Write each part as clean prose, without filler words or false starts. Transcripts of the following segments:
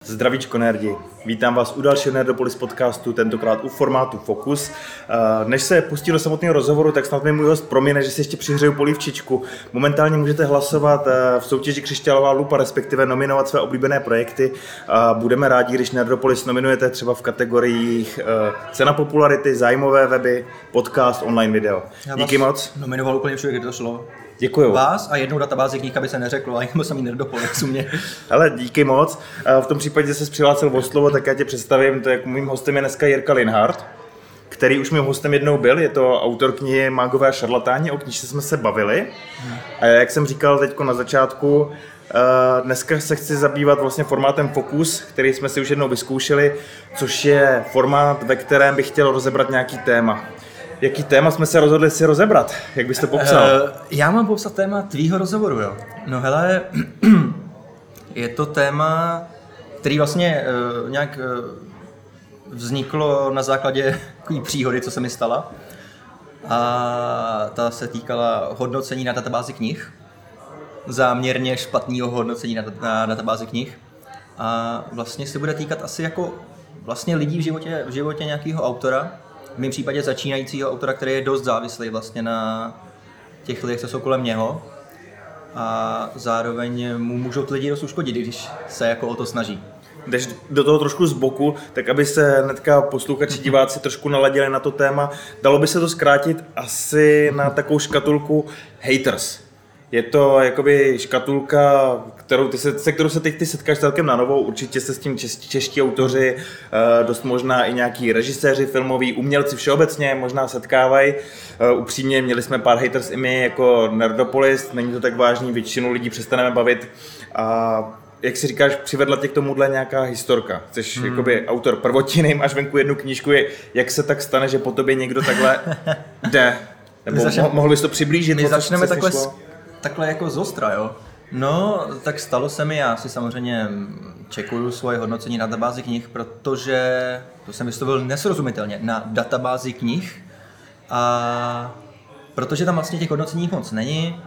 Zdravíčko nerdi, vítám vás u dalšího Nerdopolis podcastu, tentokrát u formátu Focus. Než se pustí do samotného rozhovoru, tak snad mi můj host promine, že si ještě přihřeju polívčičku. Momentálně můžete hlasovat v soutěži Křišťálová lupa, respektive nominovat své oblíbené projekty. Budeme rádi, když Nerdopolis nominujete třeba v kategoriích cena popularity, zájmové weby, podcast, online video. Díky moc. Nominoval úplně všude, kde to šlo. Děkuju. Vás a jednou databázi knih, aby se neřeklo, a jenom samý Nerdopolis u mě. Hele, díky moc. V tom případě se přihlásil o slovo, tak já tě představím. To je, mým hostem je dneska Jirka Linhart, který už mým hostem jednou byl. Je to autor knihy Mágové a šarlatáni, o knížce jsme se bavili. A jak jsem říkal teď na začátku, dneska se chci zabývat vlastně formátem Focus, který jsme si už jednou vyzkoušeli, což je formát, ve kterém bych chtěl rozebrat nějaký téma. Jaký téma jsme se rozhodli si rozebrat? Jak bys to popsal? Já mám popsat téma tvýho rozhovoru, jo. No hele, je to téma, který vlastně nějak vzniklo na základě takové příhody, co se mi stala. A ta se týkala hodnocení na databázi knih. Záměrně špatného hodnocení na databázi knih. A vlastně se bude týkat asi jako vlastně lidí v životě nějakého autora. V mém případě začínajícího autora, který je dost závislý vlastně na těch lidech, co jsou kolem něho. A zároveň mu můžou ty lidi dost uškodit, když se jako o to snaží. Jdeš do toho trošku z boku, tak aby se hnedka posluchači, diváci trošku naladili na to téma. Dalo by se to zkrátit asi na takovou škatulku haters. Je to jakoby škatulka, kterou se teď ty setkáš celkem na novou. Určitě se s tím čeští autoři, dost možná i nějaký režiséři filmoví, umělci všeobecně možná setkávají. Upřímně, měli jsme pár haters i my jako Nerdopolis, není to tak vážný, většinu lidí přestaneme bavit. A jak si říkáš, přivedla tě k tomuhle nějaká historka? Jsi jakoby autor prvotiny, máš venku jednu knížku, jak se tak stane, že po tobě někdo takhle jde? Nebo mohl bys to přiblížit? My začneme takhle jako zostra, jo. No, tak stalo se mi, já si samozřejmě čekuju svoje hodnocení na databázi knih, protože to jsem vyslovil nesrozumitelně, na databázi knih, a protože tam vlastně těch hodnocení moc není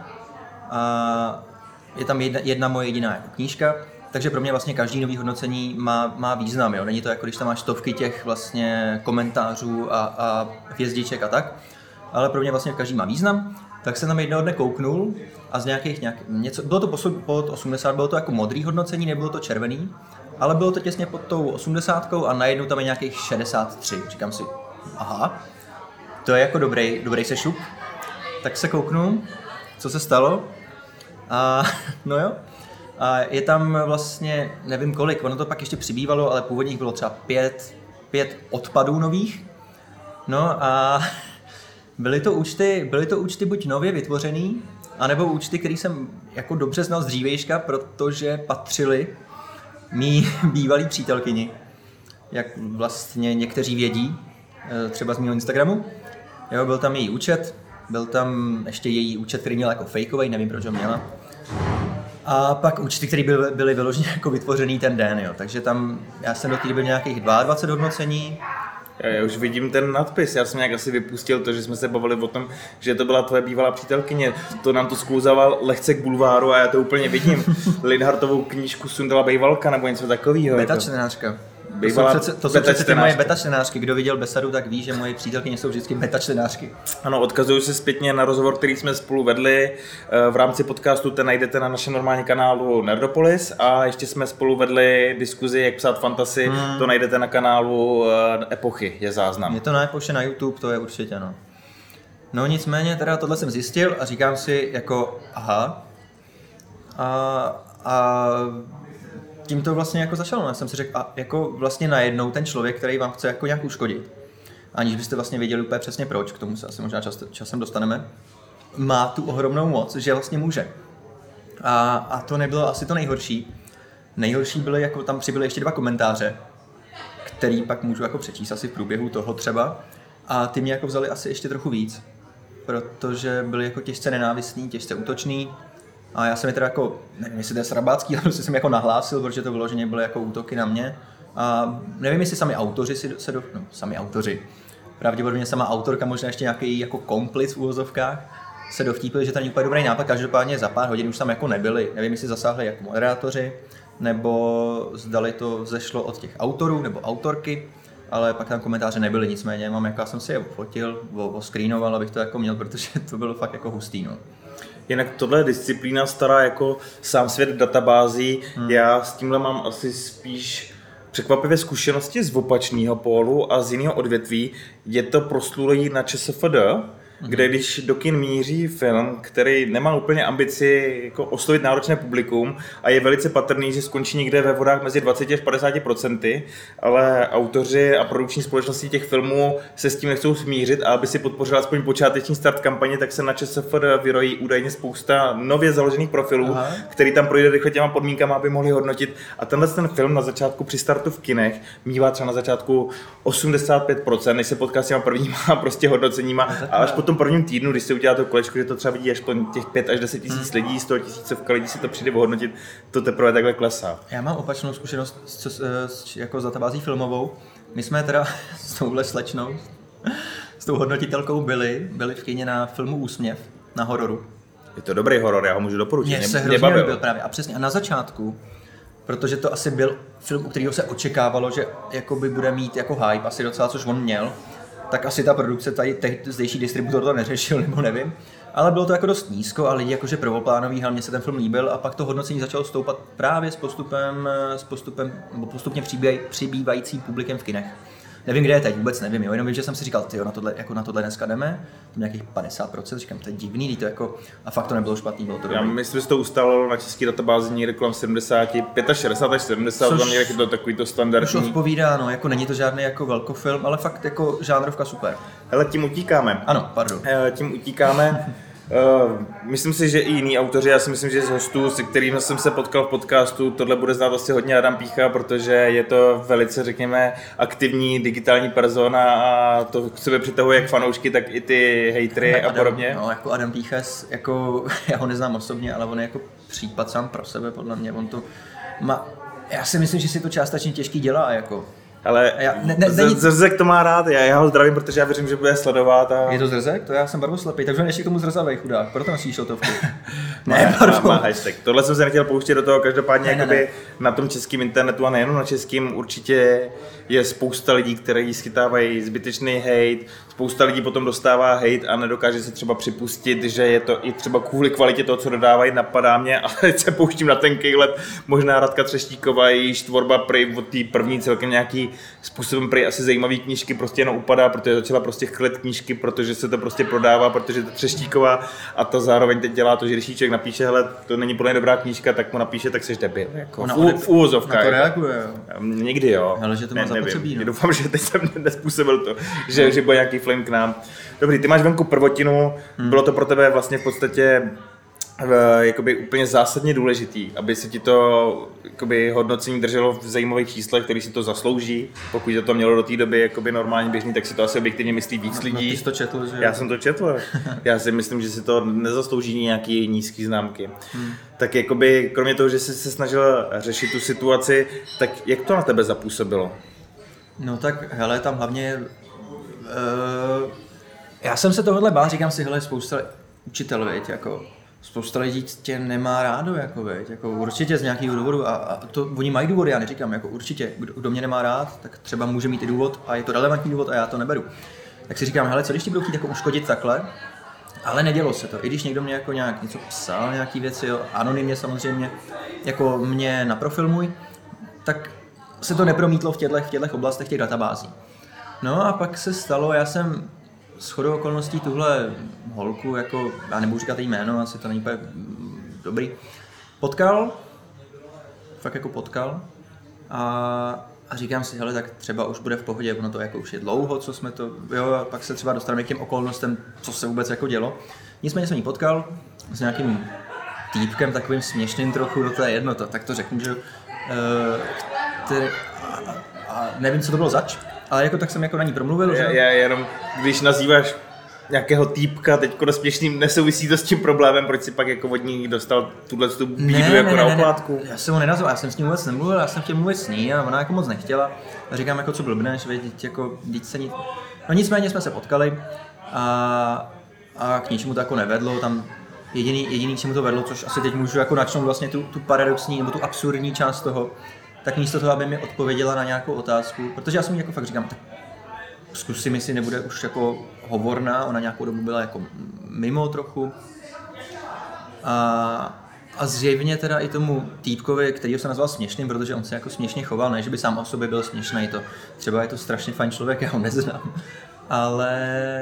a je tam jedna moje jediná jako knížka, takže pro mě vlastně každý nový hodnocení má význam, jo. Není to jako když tam máš stovky těch vlastně komentářů a hvězdiček a tak, ale pro mě vlastně každý má význam. Tak jsem tam jednoho dne kouknul a z něco, bylo to pod 80, bylo to jako modrý hodnocení, nebylo to červený, ale bylo to těsně pod tou 80 a najednou tam je nějakých 63. Říkám si, aha, to je jako dobrý sešup. Tak se kouknu, co se stalo a no jo. A je tam vlastně, nevím kolik, ono to pak ještě přibývalo, ale původně bylo třeba 5 odpadů nových. No a byly to účty buď nově vytvořený, anebo účty, který jsem jako dobře znal z dřívejška, protože patřily mý bývalý přítelkyni, jak vlastně někteří vědí, třeba z mého Instagramu. Jo, byl tam její účet, byl tam ještě její účet, který měl jako fejkovej, nevím proč ho měla. A pak účty, které byly vyloženě jako vytvořený ten den, jo. Takže tam, já jsem do té doby nějakých 22 hodnocení. Já už vidím ten nadpis, já jsem nějak asi vypustil to, že jsme se bavili o tom, že to byla tvoje bývalá přítelkyně. To nám to sklouzával lehce k bulváru a já to úplně vidím. Linhartovou knížku sundala bejvalka nebo něco takového. Beta čtenářka. To jsou přece ty moje beta čtenářky. Kdo viděl Besadu, tak ví, že moje přítelkyně jsou vždycky beta čtenářky. Ano, odkazuju se zpětně na rozhovor, který jsme spolu vedli v rámci podcastu, ten najdete na našem normálním kanálu Nerdopolis, a ještě jsme spolu vedli diskuzi, jak psát fantasy, to najdete na kanálu Epochy, je záznam. Je to na Epoche na YouTube, to je určitě, no. No nicméně, teda tohle jsem zjistil a říkám si jako, aha, a tím to vlastně jako začalo. Já jsem si řekl, a jako vlastně najednou ten člověk, který vám chce jako nějak uškodit, aniž byste vlastně věděli úplně přesně proč, k tomu se asi možná časem dostaneme, má tu ohromnou moc, že vlastně může. A to nebylo asi to nejhorší. Nejhorší byly, jako tam přibyly ještě 2 komentáře, který pak můžu jako přečíst asi v průběhu toho třeba. A ty mě jako vzali asi ještě trochu víc, protože byly jako těžce nenávistný, těžce útočný. A já jsem je teda jako, nevím, jestli to je srabácký, ale prostě jsem jako nahlásil, protože to vyloženě byly jako útoky na mě. A nevím, jestli sami autoři sami autoři. Pravděpodobně sama autorka, možná ještě nějaký jako komplic v uvozovkách, se dovtípili, že to není úplně dobrý nápad, každopádně za pár hodin už tam jako nebyli. Nevím, jestli zasáhli jako moderátoři, nebo zdali to vzešlo od těch autorů nebo autorky, ale pak tam komentáře nebyly, nicméně mám, jako já jsem si je fotil, oscreenoval, abych to jako měl, protože to bylo fakt jako hustý, no. Jinak tohle je disciplína stará jako sám svět databází. Já s tímhle mám asi spíš překvapivé zkušenosti z opačného pólu a z jiného odvětví. Je to proslulý na ČSFD, kde když do kin míří film, který nemá úplně ambici jako oslovit náročné publikum a je velice patrný, že skončí někde ve vodách mezi 20 až 50%, ale autoři a produkční společnosti těch filmů se s tím nechcou smířit a aby si podpořili aspoň počáteční start kampaně, tak se na ČSFD vyrojí údajně spousta nově založených profilů, který tam projde rychle těma podmínkama, aby mohli hodnotit. A tenhle ten film na začátku při startu v kinech mívá třeba na začátku 85%, než se potká s těma prvníma prostě hodnoceníma a až po tom prvním týdnu, když se udělá to kolečko, že to třeba vidí až těch 5 až 10 tisíc lidí, 100 tisícovka lidí si to přijde ohodnotit, to teprve takhle klesá. Já mám opačnou zkušenost jako s databází filmovou. My jsme teda s touhle slečnou, s tou hodnotitelkou byli v kině na filmu Úsměv, na hororu. Je to dobrý horor, já ho můžu doporučit. Mně se hrozně líbil právě. A přesně, a na začátku, protože to asi byl film, u kterého se očekávalo, že jakoby bude mít jako hype, asi docela, což on měl, tak asi ta produkce, tady zdejší distributor to neřešil, nebo nevím. Ale bylo to jako dost nízko a lidi jakože prvoplánový, hlavně se ten film líbil a pak to hodnocení začalo stoupat právě s postupně přibývajícím publikem v kinech. Nevím, kde je teď, vůbec nevím, jo, jenom vím, že jsem si říkal, tyjo, na tohle dneska jdeme, to nějakých 50%, říkám, to je divný, to jako, a fakt to nebylo špatný, bylo to dobrý. Já myslím, že to ustálilo na české databázi někde kolem 70, 65 až 70, což tam někde to takový to standardní. Už odpovídá, no, jako není to žádný jako velkofilm, ale fakt jako žánrovka super. Hele, tím utíkáme. Ano, pardon. Tím utíkáme. Myslím si, že i jiní autoři, já si myslím, že z hostů, se kterými jsem se potkal v podcastu, tohle bude znát asi hodně Adam Pícha, protože je to velice, řekněme, aktivní digitální persona a to k sobě přitahuje jak fanoušky, tak i ty hejtry a podobně. No, jako Adam Pícha, jako, já ho neznám osobně, ale on je jako případ sám pro sebe, podle mě, on to má, já si myslím, že si to částečně těžký dělá, jako. Ale Zrzek to má rád, já ho zdravím, protože já věřím, že bude sledovat. A... Je to Zrzek? To já jsem barvoslepý, takže on ještě k tomu zrzavej chudák, proto nosí šiltovku. Má hashtag. Tohle jsem se nechtěl pouštět do toho, každopádně ne. Na tom českém internetu a nejenom na českém určitě je spousta lidí, kteří schytávají zbytečný hate, spousta lidí potom dostává hate a nedokáže se třeba připustit, že je to i třeba kvůli kvalitě toho, co dodávají, napadá mě, ale teď se pouštím na tenkej let, možná Radka Třeštíková, jejíž tvorba prej od té první celkem nějaký způsobem prej asi zajímavý knížky prostě jenom upadá, protože začala prostě chlet knížky, protože se to prostě prodává, protože to Třeštíková a ta zároveň teď dělá to, že když člověk napíše, hele, to není podle mě dobrá knížka, tak mu napíše, tak seš debil. Jako v úvozovkách. Na to reaguje, jo. Někdy jo. Ale že to má zapotřebí, no. Doufám, že teď jsem nespůsobil to, že bude nějaký flame k nám. Dobrý, ty máš venku prvotinu, bylo to pro tebe vlastně v podstatě jakoby úplně zásadně důležitý, aby se ti to jakoby hodnocení drželo v zajímavých číslech, který si to zaslouží. Pokud to mělo do té doby jakoby normálně běžný, tak si to asi objektivně myslí víc lidí. Ty jsi to četl, že? Já jsem to četl. Já si myslím, že si to nezaslouží nějaký nízký známky. Tak jakoby, kromě toho, že jsi se snažil řešit tu situaci, tak jak to na tebe zapůsobilo? No tak hele, tam hlavně já jsem se tohle bál, říkám si, hele, spousta učitel, veď, jako spousta lidí tě nemá rádo, jako, veď, jako určitě z nějakého důvodu a to oni mají důvody, já neříkám, jako určitě, kdo mě nemá rád, tak třeba může mít i důvod a je to relevantní důvod a já to neberu. Tak si říkám, hele, co když ti budou chtít jako uškodit takhle, ale nedělo se to, i když někdo mě jako nějak něco psal, nějaký věci, jo, anonymně samozřejmě, jako mě na profil můj, tak se to nepromítlo v těchto oblastech těch databází. No a pak se stalo, já jsem shodou okolností tuhle holku, jako, já nebudu říkat její jméno, asi to není úplně dobrý, potkal a říkám si, hele, tak třeba už bude v pohodě, ono to jako už je dlouho, co jsme to, jo, a pak se třeba dostaneme k těm okolnostem, co se vůbec jako dělo. Nicméně jsem ji potkal s nějakým týpkem, takovým směšným trochu, to je jedno, tak to řeknu, že a nevím, co to bylo zač, ale jako tak jsem jako na ní promluvil, že? Já jenom, když nazýváš nějakého týpka, teďko směšným, nesouvisí to s tím problémem, proč si pak jako od ní dostal tu bídu jako na oplátku? Já jsem ho nenazval, já jsem s ní vůbec nemluvil, já jsem chtěl mluvit s ní a ona jako moc nechtěla. A říkám, jako co blbneš, vědět, jako dít se nic. No nicméně jsme se potkali a k ničemu to jako nevedlo, tam jediný, čemu to vedlo, což asi teď můžu jako načnout vlastně tu paradoxní nebo tu absurdní část toho, tak místo toho, aby mi odpověděla na nějakou otázku, protože já jsem jí jako fakt říkám, tak zkusím, jestli nebude už jako hovorná, ona nějakou dobu byla jako mimo trochu. A zjevně teda i tomu týpkovi, kterýho se nazval směšným, protože on se jako směšně choval, ne, že by sám o sobě byl směšný, to třeba je to strašně fajn člověk, já ho neznám, ale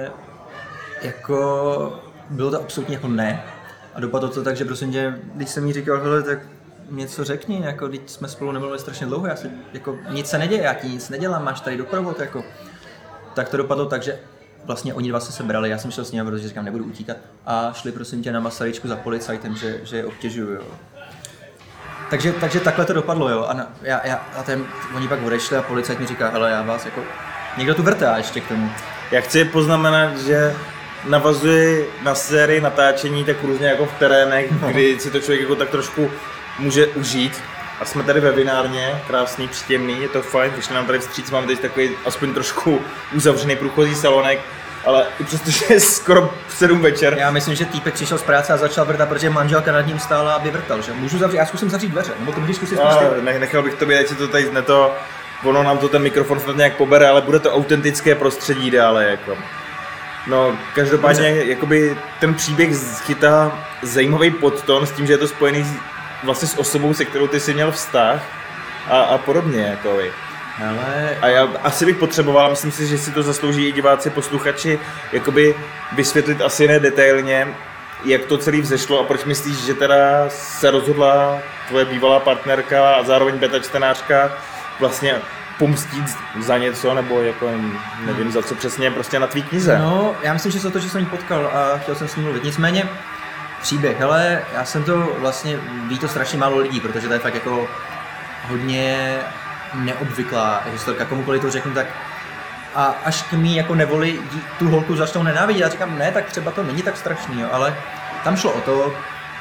jako bylo to absolutně jako ne. A dopadlo to tak, že prosím tě, když jsem jí říkal, hele, tak něco řekni, jako když jsme spolu nemluvili strašně dlouho, já si, jako nic se neděje, já ti nic nedělám, máš tady doprovod, jako. Tak to dopadlo tak, že vlastně oni dva se sebrali, já jsem šel s ním, protože říkám, nebudu utíkat a šli prosím tě na Masaryčku za policajtem, že je obtěžuju, jo. Takže takhle to dopadlo, jo. Oni pak odešli a policajt mi říká, hele, já vás jako, někdo tu vrtá ještě k tomu. Já chci poznamenat, že navazuje na sérii natáčení tak různě jako v terénech, kdy si to člověk jako tak trošku může užít. A jsme tady ve vinárně, krásný, příjemný, je to fajn, vyšli nám tady vstříc, máme tady takový aspoň trošku uzavřený průchozí salonek, ale i přestože je skoro 7 večer. Já myslím, že týpek přišel z práce a začal vrtat, protože manželka nad ním stála, aby vrtal, že? Můžu zavřít, já zkusím zavřít dveře, nebo to můžeš zkusit spustit? Nechal bych tobě, ať si to tady ono nám to ten mikrofon snad nějak pobere, ale bude to autentické prostředí dále, jako. No, každopádně, jakoby ten příběh chytá zajímavý podton s tím, že je to spojený vlastně s osobou, se kterou ty jsi měl vztah a podobně, jako vy. Ale... A já asi bych potřeboval, myslím si, že si to zaslouží i diváci, posluchači, jakoby vysvětlit asi ne detailně, jak to celý vzešlo a proč myslíš, že teda se rozhodla tvoje bývalá partnerka a zároveň beta čtenářka vlastně pomstit za něco, nebo jako nevím za co přesně, prostě na tvý knize. No, já myslím, že za to, že jsem ji potkal a chtěl jsem s ní mluvit. Nicméně příběh, hele, já jsem to vlastně, ví to strašně málo lidí, protože to je fakt jako hodně neobvyklá historka, komukoliv to řeknu, tak a až k mý jako nevoli tu holku začnou nenávidět, já říkám, ne, tak třeba to není tak strašný, jo, ale tam šlo o to,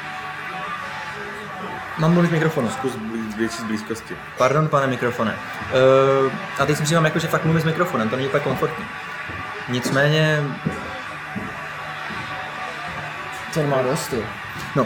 mám mluvit mikrofonu. Zkus z blízkosti. Pardon, pane mikrofone. A teď si říkám, jako, že fakt mluvím s mikrofonem, to není úplně komfortní. Nicméně... Ten má dost, jo. No.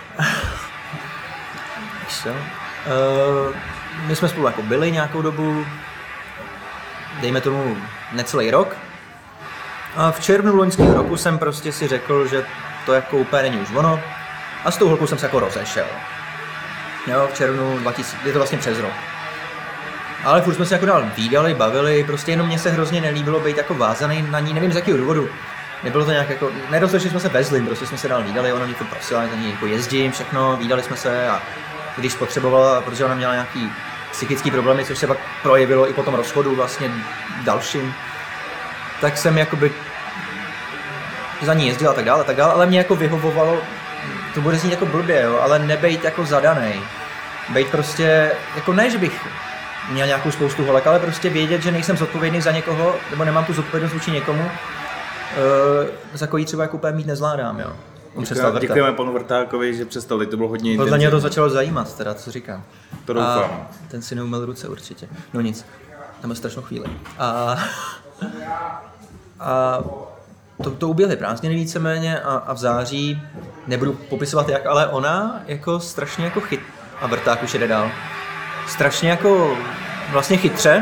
My jsme spolu jako byli nějakou dobu, dejme tomu necelý rok. A v červnu loňského roku jsem prostě si řekl, že to jako úplně není už ono. A s tou holkou jsem se jako rozešel. Jo, v červnu 2000, je to vlastně přes rok. Ale furt jsme se jako dál vídali, bavili, prostě jenom mně se hrozně nelíbilo být jako vázaný na ní, nevím z jakého důvodu. Nebylo to nějak jako, nedostali jsme se vezli, prostě jsme se dál vídali, ona mě to prosila, za ní jako jezdím, všechno, vídali jsme se a když potřebovala, protože ona měla nějaký psychický problémy, což se pak projevilo i po tom rozchodu vlastně dalším, tak jsem jakoby za ní jezdil a tak dále, ale mě jako vyhovovalo, to bude znít jako blbě, jo, ale nebejt jako zadanej. Bejt prostě, jako ne, že bych měl nějakou spoustu holek, ale prostě vědět, že nejsem zodpovědný za někoho, nebo nemám tu zodpovědnost vůči někomu, za koji třeba jako úplně mít nezvládám, jo. Děkujeme panu Vrtákovi, že přestal, to bylo hodně intenzivní. Podle mě to začalo zajímat, teda, co říkám. To doufám. A ten si neumyl ruce určitě. No nic, tam je strašnou chvíli. A to uběhly prázdniny víceméně a v září, nebudu popisovat jak, ale ona jako strašně jako a Vrták už jede dál. Strašně jako vlastně chytře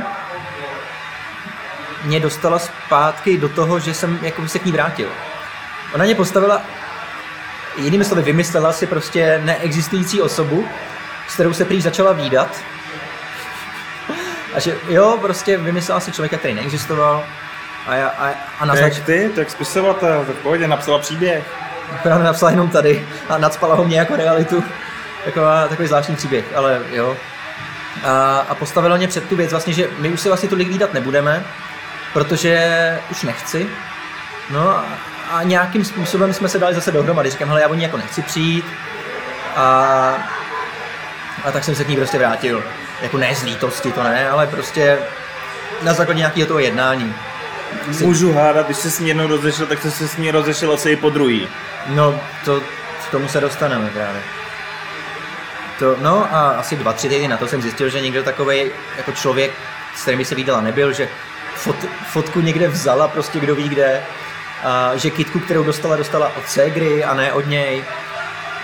mě dostala zpátky do toho, že jsem jako se k ní vrátil. Ona mě postavila, jinými slovy vymyslela si prostě neexistující osobu, s kterou se prý začala vídat. A že jo, prostě vymyslela si člověka, který neexistoval. Jak ty, tak spisovatel, tak v pohodě, napsala příběh. Akorát napsala jenom tady a nacpala ho mě jako realitu. Takový zvláštní příběh, ale jo. A postavila mě před tu věc vlastně, že my už se vlastně tolik vídat nebudeme, protože už nechci. No a nějakým způsobem jsme se dali zase dohromady. Říkám, hele, já o ní jako nechci přijít. A tak jsem se k ní prostě vrátil. Jako ne z lítosti, to ne, ale prostě na základě nějakého toho jednání. Můžu hádat, když jsi s ní jednou rozešel, tak jsi se s ní rozešel asi i po druhý. No, k tomu se dostaneme právě. No a asi 2-3 týdny na to jsem zjistil, že někdo takovej jako člověk, s kterým se vídala, nebyl, že fotku někde vzala, prostě kdo ví kde, a že kytku, kterou dostala od ségry a ne od něj.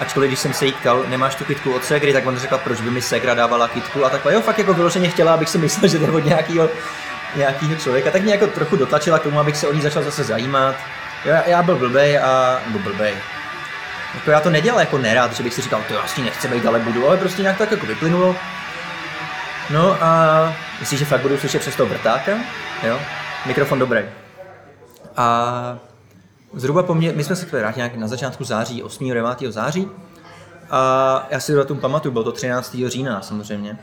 Ačkoliv když jsem se jí ptal, nemáš tu kytku od ségry, tak on řekla, proč by mi ségra dávala kytku a takhle. Jo, fakt jako vyloženě chtěla, abych si myslel, že to je od nějakého člověka. Tak mě jako trochu dotlačila k tomu, abych se o ní začal zase zajímat. Já byl blbej. Jako já to nedělal jako nerad, že bych si říkal, to vlastně nechci být, ale budu, ale prostě nějak tak jako vyplynulo. No a myslíš, že fakt budu slyšet přes toho vrtáka? Jo, mikrofon dobrý. A zhruba po mně, my jsme se vrátili nějak na začátku září, 8. 9. září. A já si datum pamatuju, bylo to 13. října samozřejmě.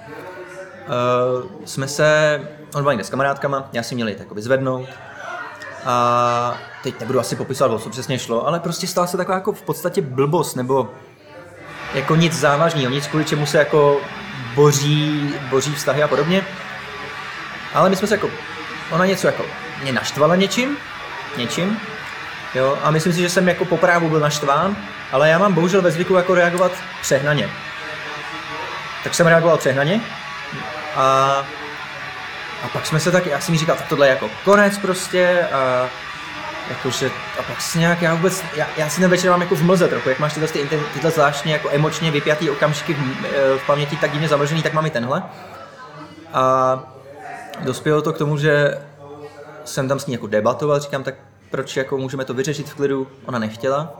On byl někde s kamarádkama, já si měl jít jako vyzvednout. A teď nebudu asi popisovat, o co přesně šlo, ale prostě stala se taková jako v podstatě blbost, nebo jako nic závažného, nic kvůli čemu se jako boří vztahy a podobně. Ale my jsme se jako, ona něco jako mě naštvala něčím, jo, a myslím si, že jsem jako po právu byl naštván, ale já mám bohužel ve zvyku jako reagovat přehnaně. Tak jsem reagoval přehnaně a pak jsme se tak, já jsem mi říkal, tak tohle je jako konec prostě a pak si nějak, já si ten večer mám jako v mlze trochu, jak máš tyhle zvláštně jako emočně vypjatý okamžiky v paměti tak divně zamlžený, tak mám i tenhle. A dospělo to k tomu, že jsem tam s ní jako debatoval, říkám, tak proč jako můžeme to vyřešit v klidu, ona nechtěla.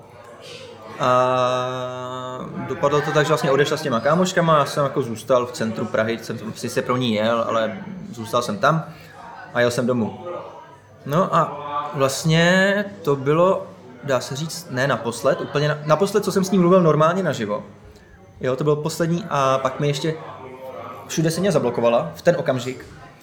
A dopadlo to tak, že vlastně odešla s těma kámoškama, já jsem jako zůstal v centru Prahy, jsem sice pro ní jel, ale zůstal jsem tam a jel jsem domů. No a vlastně to bylo, dá se říct, ne naposled, úplně naposled, co jsem s ní mluvil normálně naživo. Jo, to bylo poslední a pak mi ještě všude se mě zablokovala v ten okamžik.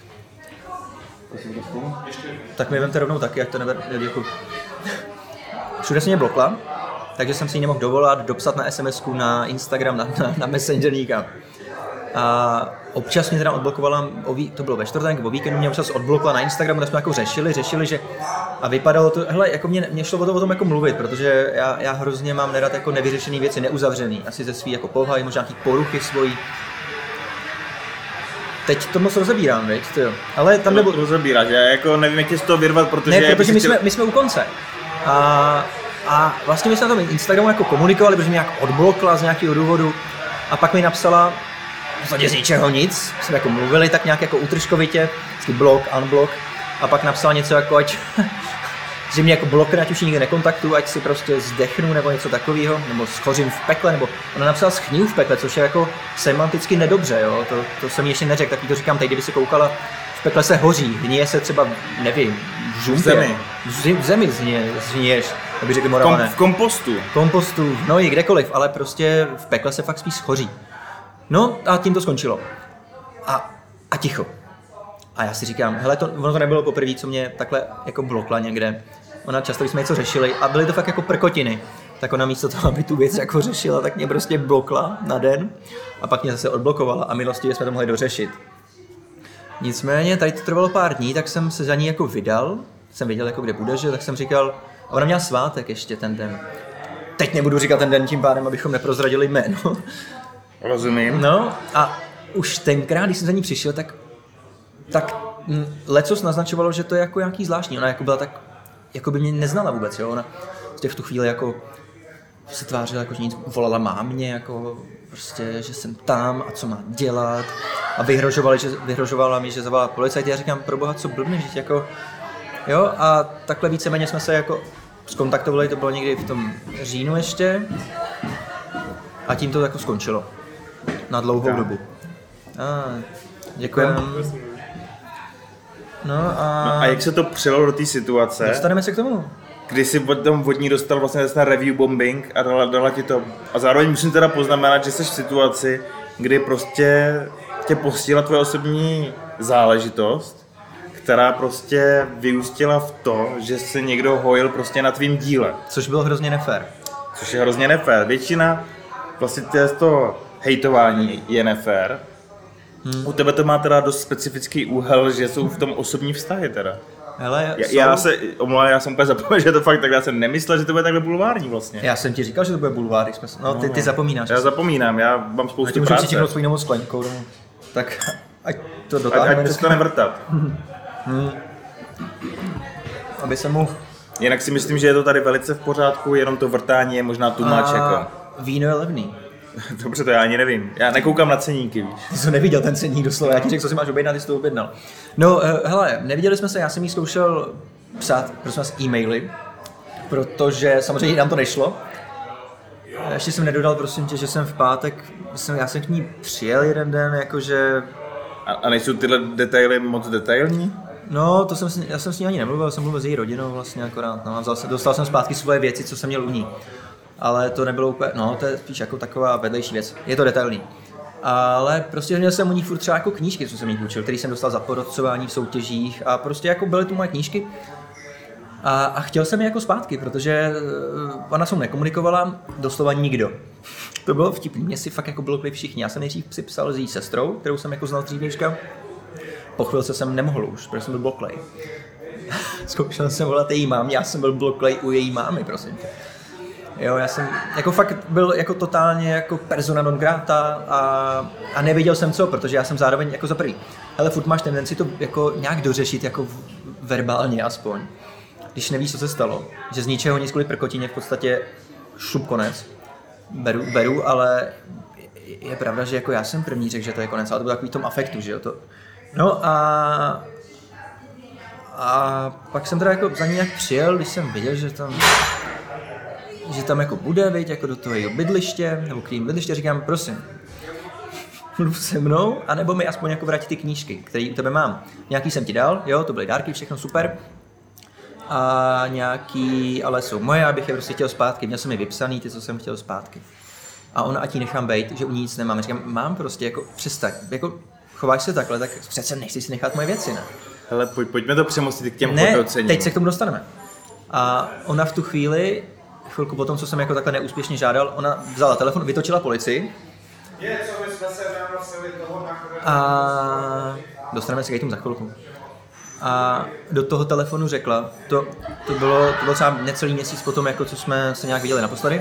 Tak mi vemte rovnou taky, ať to neber, děkuji. Všude se mě blokla, takže jsem si ji nemohl dovolat, dopsat na SMS-ku, na Instagram, na Messenger nikam. A občas mě teda odblokovala, to bylo ve čtvrtek, o víkendu mě občas odblokovala na Instagramu, tak jsme jako řešili, že a vypadalo to, hele, jako mě šlo o tom jako mluvit, protože já hrozně mám nerad jako nevyřešený věci, neuzavřený, asi ze svý jako povahy, možná nějaký poruchy svojí. Teď to moc rozebírám, viď, jo. Ale tam nebo rozebíráš, já jako nevím, jak tě z toho vyrvat, protože... Ne, protože my jsme u konce. A vlastně my jsme na tom Instagramu jako komunikovali, protože mě nějak odblokla z nějakého důvodu a pak mi napsala v podstatě z ničeho nic, jsme jako mluvili tak nějak jako útržkovitě, vždycky blok, unblock a pak napsala něco jako že mě jako blokne, ať už nikdy nekontaktuju, ať si prostě zdechnu nebo něco takového, nebo schořím v pekle, nebo ona napsala schniju v pekle, což je jako semanticky nedobře, jo, to jsem mi ještě neřekl, taky to říkám teď, kdyby se koukala, v pekle se hoří, hníje se třeba, nevím, v žumpě, v zemi zhníješ, aby řekli Moravané. V kompostu. No i kdekoliv, ale prostě v pekle se fakt spíš schoří. No a tím to skončilo. A ticho. A já si říkám, hele, ono to nebylo poprvé, co mě takhle jako blokla někde. Ona často, když jsme něco řešili a byly to fakt jako prkotiny, tak ona místo toho, aby tu věc jako řešila, tak mě prostě blokla na den a pak mě zase odblokovala a milostivě jsme to mohli dořešit. Nicméně tady to trvalo pár dní, tak jsem se za ní jako vydal, jsem věděl jako kde bude, že tak jsem říkal, a ona měla svátek ještě ten den. Teď nebudu říkat ten den tím pádem, abychom neprozradili jméno. Rozumím. No a už tenkrát, když jsem za ní přišel, tak lecos naznačovalo, že to je jako nějaký zvláštní. Ona jako byla tak, jako by mě neznala vůbec, jo. Ona v tu chvíli jako se tvářila, jako že nic, volala mámě, jako prostě, že jsem tam a co má dělat. A vyhrožovala mi, že zavolá policajt. Já říkám, proboha, co blbneš, jako, jo. A takhle víceméně jsme se jako skontaktovali, to bylo někdy v tom říjnu ještě. A tím to jako skončilo. Na dlouhou dobu. Děkujeme. No a jak se to přelilo do té situace? Dostaneme se k tomu. Kdy jsi od ní dostal vlastně review bombing a dala ti to. A zároveň musím teda poznamenat, že jsi v situaci, kdy prostě tě postihla tvoje osobní záležitost, která prostě vyústila v to, že se někdo hojil prostě na tvým díle. Což bylo hrozně nefér. Což je hrozně nefér. Většina vlastně to hejtování je nefér. U tebe to má teda dost specifický úhel, že jsou v tom osobní vztahy teda. Hele, já jsem úplně zapomněl, že to fakt tak, já jsem nemyslel, že to bude takhle bulvární vlastně. Já jsem ti říkal, že to bude bulvár, ty zapomínáš. Já zapomínám, já mám spoustu práce. Já ti můžu přičípnout svou novou sklenkou domů. Tak ať to dotáhneme. Ať se to nevrtat. Aby se mu... Jinak si myslím, že je to tady velice v pořádku, jenom to vrtání je možná too much jako. Víno je levný. Dobře, to já ani nevím. Já nekoukám na ceníky, víš. Ty jsi neviděl ten ceník doslova, já ti řekl, co si máš objednat, ty jsi to objednal. No, hele, neviděli jsme se, já jsem jí zkoušel psát, prosím vás, e-maily, protože samozřejmě nám to nešlo. Ještě jsem nedodal, prosím tě, že jsem v pátek, já jsem k ní přijel jeden den, jakože... A nejsou tyhle detaily moc detailní? No, já jsem s ní ani nemluvil, jsem mluvil s její rodinou vlastně akorát, no, a dostal jsem zpátky svoje věci, co jsem měl u ní. Ale to nebylo úplně, no, to je spíš jako taková vedlejší věc, je to detailní. Ale prostě měl jsem u ní furt třeba jako knížky, co jsem jí půjčil, který jsem dostal za porocování v soutěžích a prostě jako byly tu moje knížky. A chtěl jsem je jako zpátky, protože ona se nekomunikovala doslova nikdo. To bylo vtipný, mě si fakt jako bloklej všichni. Já jsem nejdřív si psal s její sestrou, kterou jsem jako znal dřívějška. Po chvilce jsem nemohl už, protože jsem byl bloklej. Zkoušel jsem volat její mámě, já jsem byl bloklej u její mámy, prosím tě. Jo, já jsem jako fakt byl jako totálně jako persona non grata a nevěděl jsem co, protože já jsem zároveň jako za prvý. Ale furt máš tendenci to jako nějak dořešit jako verbálně aspoň. Když nevíš, co se stalo, že z ničeho nic kvůli prkotině v podstatě šup konec. Beru, ale je pravda, že jako já jsem první řekl, že to je konec, ale to bylo takový tom afektu, že jo to. No a pak jsem teda jako za ní nějak přijel, když jsem viděl, že tam jako bude, viď, jako do toho jejího bydliště, nebo k jejím bydliště, říkám, prosím, mluv se mnou, anebo mi aspoň jako vrátí ty knížky, které u tebe mám. Nějaký jsem ti dal, jo, to byly dárky, všechno super. A nějaký, ale jsou moje, abych je prostě chtěl zpátky, měl jsem je vypsaný, ty, co jsem chtěl zpátky. A ona, ať jí nechám bejt, že u ní nic nemám. Říkám, mám prostě, jako přestaň, jako chováš se takhle, tak přece nechci si nechat moje věci, ne? Hele, pojďme to přemostit k těm hodnocením. Teď se k tomu dostaneme. A ona v tu chvíli, chvilku potom, co jsem jako takhle neúspěšně žádal, ona vzala telefon, vytočila policii. Co my jsme se nanosili toho nakonec. A dostaneme se k tomu za chvilku. A do toho telefonu řekla, to bylo třeba necelý měsíc potom, jako co jsme se nějak viděli naposledy,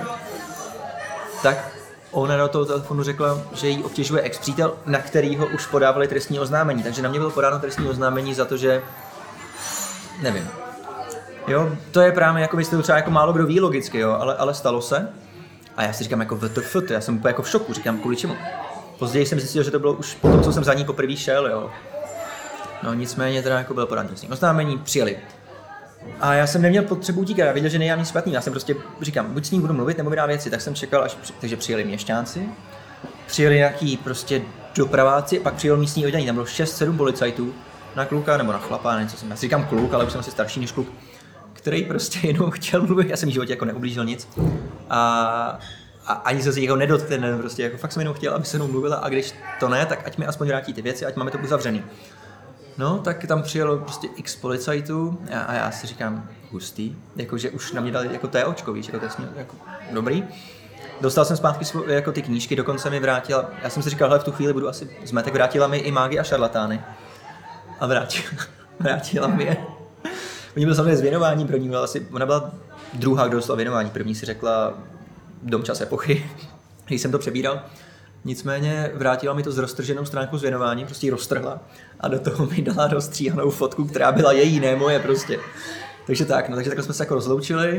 tak ona do toho telefonu řekla, že jí obtěžuje ex-přítel, na kterýho už podávali trestní oznámení. Takže na mě bylo podáno trestní oznámení za to, že nevím. Jo, to je právě jako byste to třeba jako málo kdo ví logicky, jo, ale stalo se. A já si říkám jako WTF, já jsem úplně jako v šoku, říkám kvůli čemu. Později jsem zjistil, že to bylo už po tom, co jsem za ní poprvé šel, jo. No nicméně teda jako bylo podán trestní oznámení, přijeli. A já jsem neměl potřebu utíkat, já viděl, že nejde nic špatný, já jsem prostě říkám, buď s ním budu mluvit, nebo vydá věci, tak jsem čekal, takže přijeli měšťánci, přijeli nějaký prostě dopraváci, pak přijel místní oddělení, tam bylo 6-7 policajtů na kluka nebo na chlapa, nevím, co jsem, já si říkám kluk, ale už jsem asi starší než kluk, který prostě jenom chtěl mluvit, já jsem v životě jako neublížil nic a ani se jeho nedotkne, prostě jako fakt jsem jenom chtěl, aby se mnou mluvila a když to ne, tak ať mi aspoň vrátí ty věci, ať máme to uzavřený. No, tak tam přijelo prostě x policajtů a já si říkám, hustý, jakože už na mě dali jako TOčko, víš, jako to je jako dobrý. Dostal jsem zpátky jako ty knížky, dokonce mi vrátila, já jsem si říkal, hele, v tu chvíli budu asi zmetek, vrátila mi i Mágy a šarlatány. A vrátila mi je. Oni byli samozřejmě z věnování, první byla asi, ona byla druhá, kdo dostal věnování, první si řekla Dom čas epochy, když jsem to přebíral. Nicméně vrátila mi to s roztrženou stránkou z věnování, prostě ji roztrhla a do toho mi dala rozstříhanou fotku, která byla její, ne moje prostě. Takže tak, no takže takhle jsme se jako rozloučili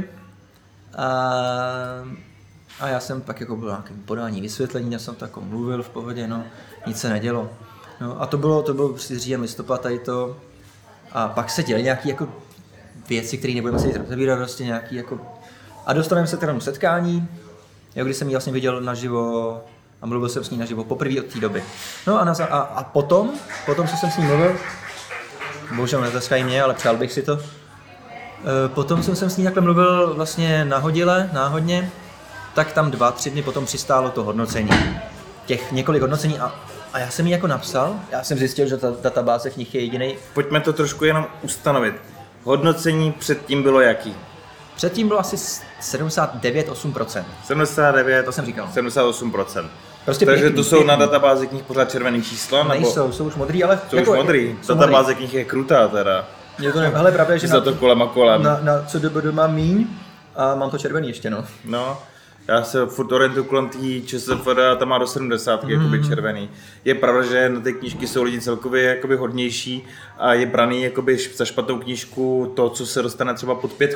a já jsem pak jako byl nějakým podání vysvětlení, já jsem to jako mluvil v pohodě, no nic se nedělo. No a to bylo prostě říjen, listopad tady to a pak se děly nějaký jako věci, které nebudeme se rozebírat, prostě nějaký jako a dostaneme se teda do setkání, kdy jsem ji vlastně viděl naživo a mluvil jsem s ní naživo poprvé od té doby. No a potom, co jsem s ní mluvil, bohužel netleskají mě, ale přál bych si to, potom jsem s ní takhle mluvil vlastně náhodně, tak tam 2-3 dny potom přistálo to hodnocení. Těch několik hodnocení a já jsem jí jako napsal, já jsem zjistil, že ta databáze knih je jedinej. Pojďme to trošku jenom ustanovit. Hodnocení předtím bylo jaký? Předtím bylo asi 79-8%. 79, to jsem říkal. 78%. Prostě takže to jsou na databázi knih pořád červený čísla? Nejsou, jsou už modrý, ale... Jsou jako, už modrý. Databáze knih je krutá teda. Je to hele, pravda, že za to kolem a kolem. Na CDBD mám míň a mám to červený ještě, no. No, já se furt orientuju kolem té ČSFD a tam má do 70, jakoby červený. Je pravda, že na ty knížky jsou lidi celkově jakoby hodnější a je braný jakoby za špatnou knížku to, co se dostane třeba pod 5.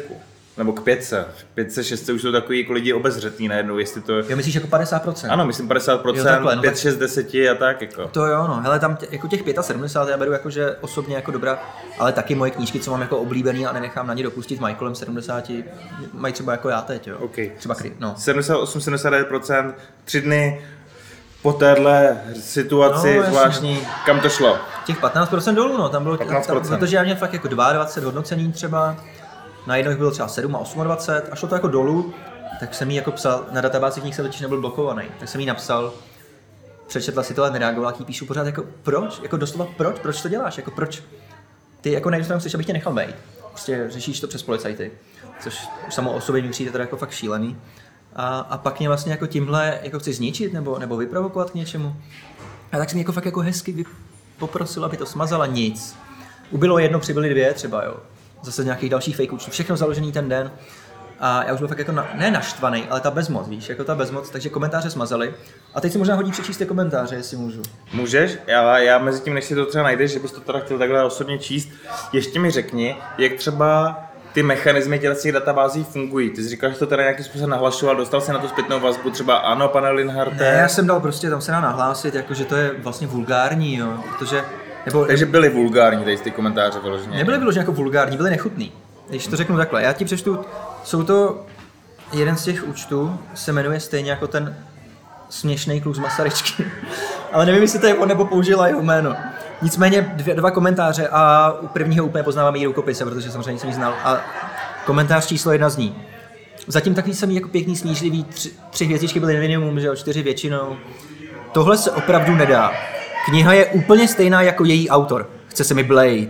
Nebo k 5. K 5, 6 už jsou takový jako lidi obezřetní najednou, jestli to... Jo, myslíš jako 50%? Ano, myslím 50%, Jo, takhle, no 5, tak- 6, 10 a tak jako. To jo, no, hele, tam jako těch 75 já beru jako, že osobně jako dobrá, ale taky moje knížky, co mám jako oblíbený a nenechám na ně dopustit, mají kolem 70, mají třeba jako já teď, jo. Okay. Třeba no. 78-79%, 3 dny po téhle situaci No, jasně. zvláštní, kam to šlo? Těch 15% dolů, no, tam bylo, 15%. protože já měl fakt jako 22 hodnocení třeba, najednou jich bylo třeba 7 a 28 a šlo to jako dolů, tak jsem jí jako psal, na databázi knih jsem totiž nebyl blokovaný, tak jsem jí napsal, přečetla si to a nereagovala, jí píšu pořád jako proč, jako doslova proč to děláš, jako proč, ty jako nejdřív chceš, abych tě nechal bejt, prostě řešíš to přes policajty, což už samo o sobě mi přijde teda jako fakt šílený. A pak mě vlastně jako tímhle jako chci zničit nebo vyprovokovat k něčemu. A tak jsem jako fakt jako hezky poprosil, aby to smazala, nic. Ubylo 1, přibyly 2 třeba, jo. Zase nějakých dalších fake účtů, všechno založený ten den. A já už byl fakt jako ne naštvaný, ale ta bezmoc, víš, jako ta bezmoc, takže komentáře smazali. A teď si možná hodí přečíst ty komentáře, jestli můžu. Můžeš, já mezi tím, než si to třeba najdeš, že bys to teda chtěl takhle osobně číst, ještě mi řekni, jak třeba ty mechanismy těch databází fungují. Ty jsi říkal, že to teda nějakým způsobem nahlašoval, dostal jsi na to zpětnou vazbu, třeba ano, pane Linharte. Ne, já jsem dal prostě, tam se dá nahlásit, jakože to je vlastně vulgární, jo, protože... Takže byly vulgární tady ty komentáře vyloženě. Nebyly vyloženě jako vulgární, byly nechutný. Když to řeknu takhle, já ti přečtu, jsou to, jeden z těch účtů se jmenuje stejně jako ten směšný kluk z Masaryčky, ale nevím, jestli to je on nebo použila jeho jméno. Nicméně 2 komentáře a u prvního úplně poznávám její rukopise, protože samozřejmě jsem ji znal. A komentář číslo 1 zní. Zatím takový samý jako pěkný, smířlivý, 3 hvězdičky byly minimum, že jo, 4 většinou. Tohle se opravdu nedá. Kniha je úplně stejná jako její autor. Chce se mi Blade.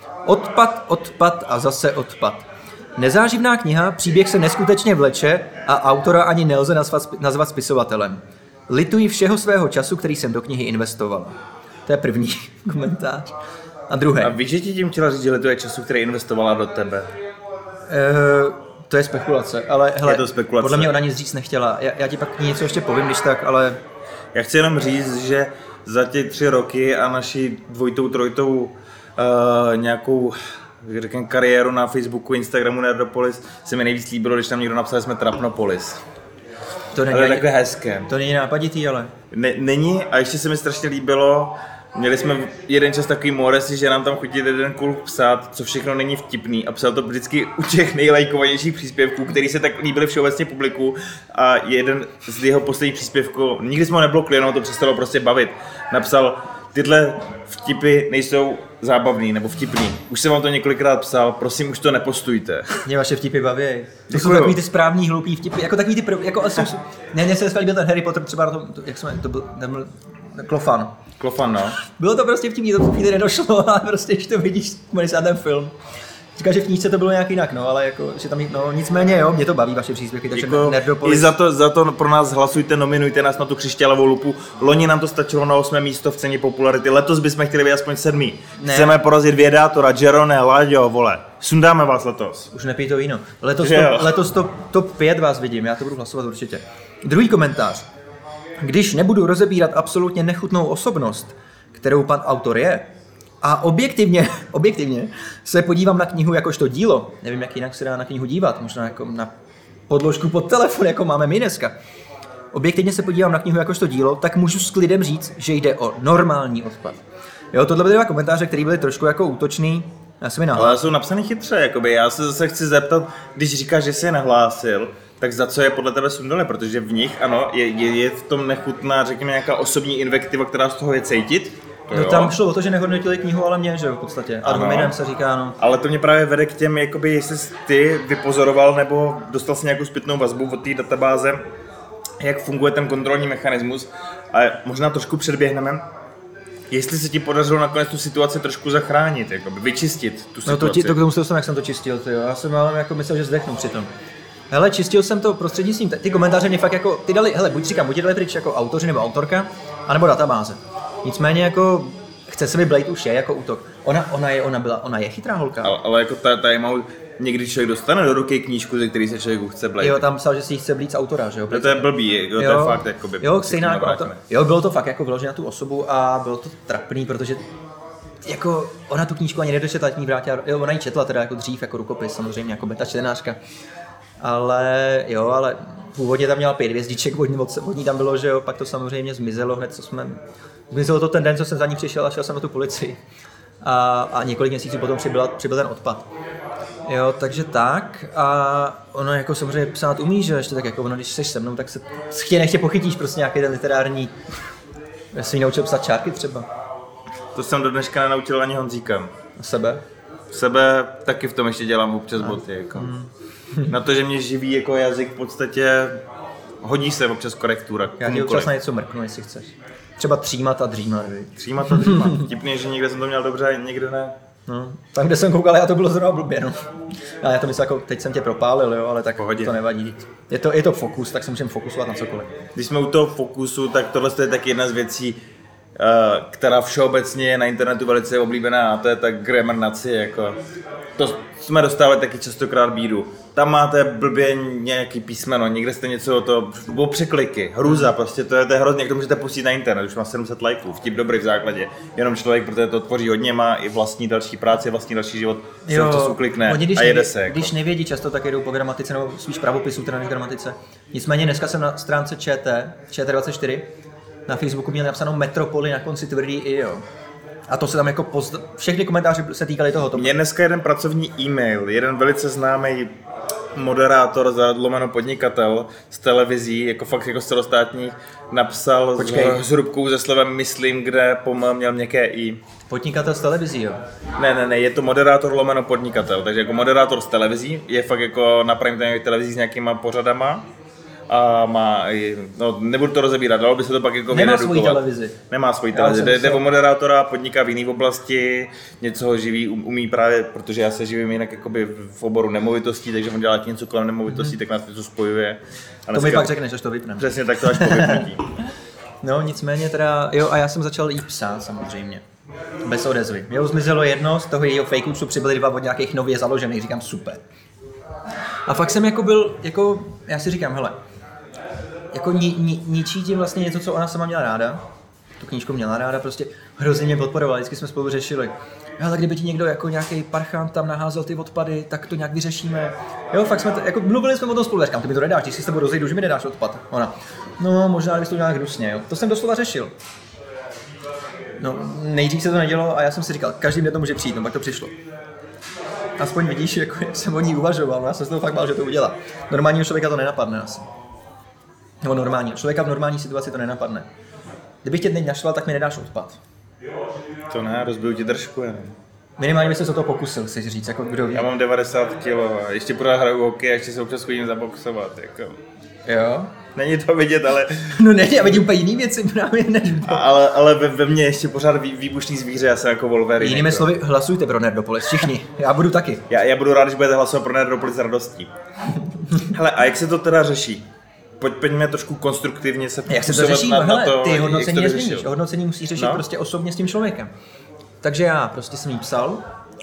Odpad a zase odpad. Nezáživná kniha, příběh se neskutečně vleče a autora ani nelze nazvat spisovatelem. Lituji všeho svého času, který jsem do knihy investoval. To je první komentář. A druhé. A víš, že ti tím chtěla říct, že lituje času, který investovala do tebe? To je spekulace, ale hele, je to spekulace. Podle mě ona nic říct nechtěla. Já ti pak něco ještě povím, když tak, ale... Já chci jenom říct, že za ty 3 roky a naši 2, 3 nějakou řekněme, kariéru na Facebooku, Instagramu Nerdopolis se mi nejvíc líbilo, když tam někdo napsal, že jsme Trapnopolis. To není ale takové hezké. To není nápaditý, ale... Není a ještě se mi strašně líbilo, měli jsme jeden čas takový moresy, že nám tam chodí jeden kluk psát, co všechno není vtipný a psal to vždycky u těch nejlajkovanějších příspěvků, který se tak líbily všeobecně publiku a jeden z jeho posledních příspěvků, nikdy jsme ho neblokli, jenom to přestalo prostě bavit, napsal, tyhle vtipy nejsou zábavný nebo vtipný. Už jsem vám to několikrát psal, prosím, už to nepostujte. Mě vaše vtipy baví. To jsou takový ty správný hloupý vtipy, jako takový ty jako jsou... Mně se líbil ten Harry Potter třeba na tom, jak jsme, to byl Klofan. Klofan, no. Bylo to prostě vtipný, to v chvíli nedošlo, ale prostě, když to vidíš, když ten film. Říkal, že v knížce to bylo nějak jinak, no, ale jako, že tam, no, nicméně jo, mě to baví vaše příspěvky, takže jako, Nerdopolis. I za to pro nás hlasujte, nominujte nás na tu křišťálovou lupu. Loni nám to stačilo na 8. místo v ceně popularity, letos bychom chtěli být aspoň 7. Ne. Chceme porazit Vědátora, Jerone, Láďo, vole. Sundáme vás letos. Už nepij to víno. Letos top 5 vás vidím, já to budu hlasovat určitě. Druhý komentář. Když nebudu rozebírat absolutně nechutnou osobnost, kterou pan autor je, a objektivně se podívám na knihu jakožto dílo, nevím, jak jinak se dá na knihu dívat, možná jako na podložku pod telefon, jako máme my dneska. Objektivně se podívám na knihu jakožto dílo, tak můžu s klidem říct, že jde o normální odpad. Jo, tohle byly 2 komentáře, které byly trošku jako útočný. Já jsem je Ale jsou napsaný chytře, jakoby. Já se zase chci zeptat, když říkáš, že jsi je nahlásil, tak za co je podle tebe sundali? Protože v nich, ano, je v tom nechutná, řekněme, nějaká osobní invektiva, která z toho je cítit. No tam šlo o to, že nehodnotili knihu, ale mě, že jo, v podstatě. Ad hominem se říká, no. Ale to mě právě vede k těm, jakoby, jestli jsi ty vypozoroval nebo dostal si nějakou zpětnou vazbu od té databáze, jak funguje ten kontrolní mechanismus. A možná trošku předběhneme, jestli se ti podařilo nakonec tu situaci trošku zachránit, jakoby, vyčistit tu situaci. No to k tomu jsem, jak jsem to čistil, tyjo. Já jsem ale jako myslel, že zdechnu přitom. Hele, čistil jsem to prostřednictvím, ty komentáře mě fakt jako, ty dali, hele, buď ti dali pryč jako autoři nebo autorka, anebo databáze. Nicméně jako, chce se mi Blade už je jako útok. Ona je chytrá holka. Ale jako tady mám, někdy člověk dostane do ruky knížku, ze který se člověku chce Blade. Jo, tam psal, že si ji chce blít z autora, že jo? To je blbý, jo, to je fakt jakoby. Jo, stejná jako autor. Jo, bylo to fakt jako vyložené na tu osobu a bylo to trapný, protože jako ona tu knížku ani nedočetla, ať mi vrátila, jo, ona ji četla teda jako dřív, jako rukopis, samozřejmě, jako beta čtenářka. Ale původně tam měla 5 hvězdiček, od ní tam bylo, že jo, pak to samozřejmě zmizelo hned, zmizelo to ten den, co jsem za ní přišel a šel jsem na tu policii. A několik měsíců potom přibyl ten odpad. Jo, takže tak a ono jako samozřejmě psát umí, že ještě tak jako ono, když jsi se mnou, tak se nechtě pochytíš prostě nějaký ten literární, já jsem jí naučil psát čárky třeba. To jsem do dneška nenaučil ani Honzíka. Sebe taky v tom ještě dělám občas boty, jako. Na to, že mě živí jako jazyk v podstatě, hodí se občas korektura. Já ti občas na něco mrknu, jestli chceš. Třeba třímat a dřímat, víš. Třímat a dřímat. Vtipný, že někde jsem to měl dobře, někde ne. No, tam, kde jsem koukal, já to bylo zrovna blbě, no. Já to myslím, jako teď jsem tě propálil, jo, ale tak Pohodě. To nevadí. Je to fokus, tak se můžeme fokusovat na cokoliv. Když jsme u toho fokusu, tak tohle je taky jedna z věcí, která všeobecně je na internetu velice oblíbená, a to je ta grammar nazi, jako. To jsme dostávali taky častokrát bídu. Tam máte blbě nějaký písmeno, někde jste něco o překliky, hruza, prostě to je hrozně, jak to můžete pustit na internet, už má 700 lajků, vtip dobrý v základě, jenom člověk, protože to tvoří hodně, má i vlastní další práci, vlastní další život, se to uklikne a jede se. Jako. Když nevědí, často tak jedou po gramatice nebo spíš pravopisu, teda než gramatice. Nicméně dneska jsem na stránce ČT24, na Facebooku měl napsanou Metropoly na konci tvrdý i, jo. A to se tam jako všechny komentáře se týkaly toho. Mně dneska jeden pracovní e-mail, jeden velice známý moderátor /lomeno podnikatel z televizí, jako fakt jako celostátních, napsal s hrubkou ze slovem myslím, kde měl měkké i. Podnikatel z televizí, jo? Ne, je to moderátor /lomeno podnikatel, takže jako moderátor z televizí, je fakt jako na prime time televizí s nějakýma pořadama. A nebudu to rozebírat, dalo by se to pak jako Nemá svoji televizi. Nemá svoji televizi, jde o moderátora, podniká v jiné oblasti, něco ho živí, umí právě, protože já se živím jinak jakoby v oboru nemovitostí, takže on dělá něco kolem nemovitostí, tak nás něco spojuje. A to mi pak řekneš, až to vypneme. Přesně tak, to až po vypnutí. No nicméně teda, jo, a já jsem začal jí psát samozřejmě. Bez odezvy. Jo, zmizelo jedno, z toho jejího fake účtu přibyly 2 od nějakých nově založených, říkám super. A fakt jsem já si říkám, hele, jako ničí tím vlastně něco, co ona sama měla ráda. Tu knížku měla ráda, prostě hrozně mě podporovala, vždycky jsme spolu řešili. Ale kdyby ti někdo jako nějaký parchant tam naházel ty odpady, tak to nějak vyřešíme. Jo, fakt jsme jako mluvili jsme o tom spolu, říkám, ty mi to nedáš, když si s tebou rozejdu, že mi nedáš odpad. Ona, no možná bys to udělal hnusně, jo. To jsem doslova řešil. No, nejdřív se to nedělo a já jsem si říkal, každý den to může přijít, no pak to přišlo. Aspoň vidíš, jako, jak jsem o ní uvažoval, já jsem se toho fakt bál, že to udělá. Normálního člověka to nenapadne asi. Nebo normálního člověka v normální situaci to nenapadne. Kdybych tě teď naštval, tak mi nedáš odpad. To ne, rozbiju ti držku jenom. Minimálně bych se o to pokusil, chceš říct, jako kdo ví. Já mám 90 kg a ještě pořád hraju hokej a ještě se občas chodím zaboxovat, jako. Jo? Není to vidět, ale... No ne, já vidím úplně jiný věci právě než ale ve mně ještě pořád výbušný zvíře, já jsem jako Wolverine. Jinými slovy, hlasujte pro Nerdopolis, všichni, já budu taky. Já budu rád, když budete hlasovat pro Nerdopolis s radostí. Hele, a jak se to teda řeší? Pojďme trošku konstruktivně se jak se to řeší? Na to, ty hodnocení nezměníš, hodnocení musíš řešit prostě osobně s tím člověkem. Takže já prostě jsem jí psal,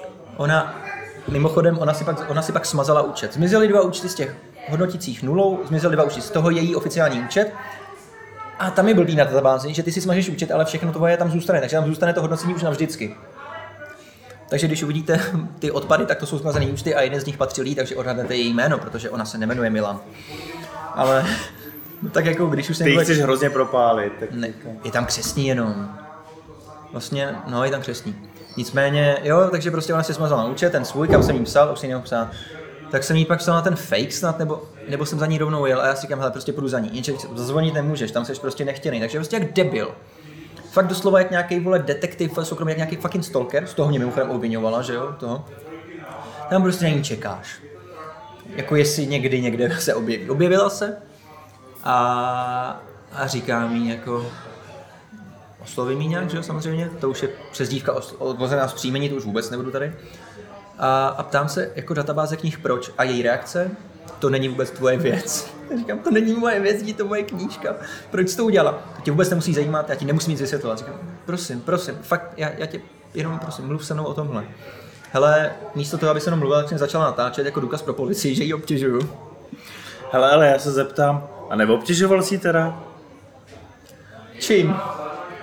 mimochodem, ona si pak smazala účet. Zmizely 2 účty z těch hodnotících nulou, zmizely 2 účty z toho její oficiální účet. A tam je blbý na databázi, že ty si smažeš účet, ale všechno tvoje tam zůstane, takže tam zůstane to hodnocení už navždycky. Takže když uvidíte ty odpady, tak to jsou smazené účty a jeden z nich patřil jí, takže odhadnete její jméno, protože ona se nemenuje Milan. Ale no tak jako když už se... Ty ji chceš hrozně propálit. Tak... Ne, je tam křestní jenom. Vlastně, no je tam křestní. Nicméně, jo, takže prostě ona si smazala účet, ten svůj, kam jsem jí psal, už si nemohl psát. Tak jsem jí pak psal na ten fake snad, nebo jsem za ní rovnou jel a já si říkám, hele, prostě půjdu za ní. Jenže zazvonit nemůžeš, tam seš prostě nechtěný, takže prostě jak debil. Fakt doslova jak nějaký vole detektiv, soukromý, jak nějaký fucking stalker, z toho mě mimochodem obviňovala, že jo, toho. Tam prostě na ní čekáš. Jako jestli někde se objeví. Objevila se a říká mi jako osloví mi nějak, že jo, samozřejmě, to už je přezdívka odvozená z příjmení, to už vůbec nebudu tady. A ptám se jako databáze knih proč a její reakce, to není vůbec tvoje věc. Říkám, to není moje věc, je to moje knížka, proč jsi to udělala? To tě vůbec nemusí zajímat, já ti nemusím nic vysvětlovat. Říkám, prosím, fakt, já tě jenom prosím, mluv se mnou o tomhle. Hele, místo toho, aby se mnou mluvila, tak jsem začala natáčet jako důkaz pro policii, že ji obtěžuju. Hele, ale já se zeptám, a neobtěžoval jsi teda? Čím?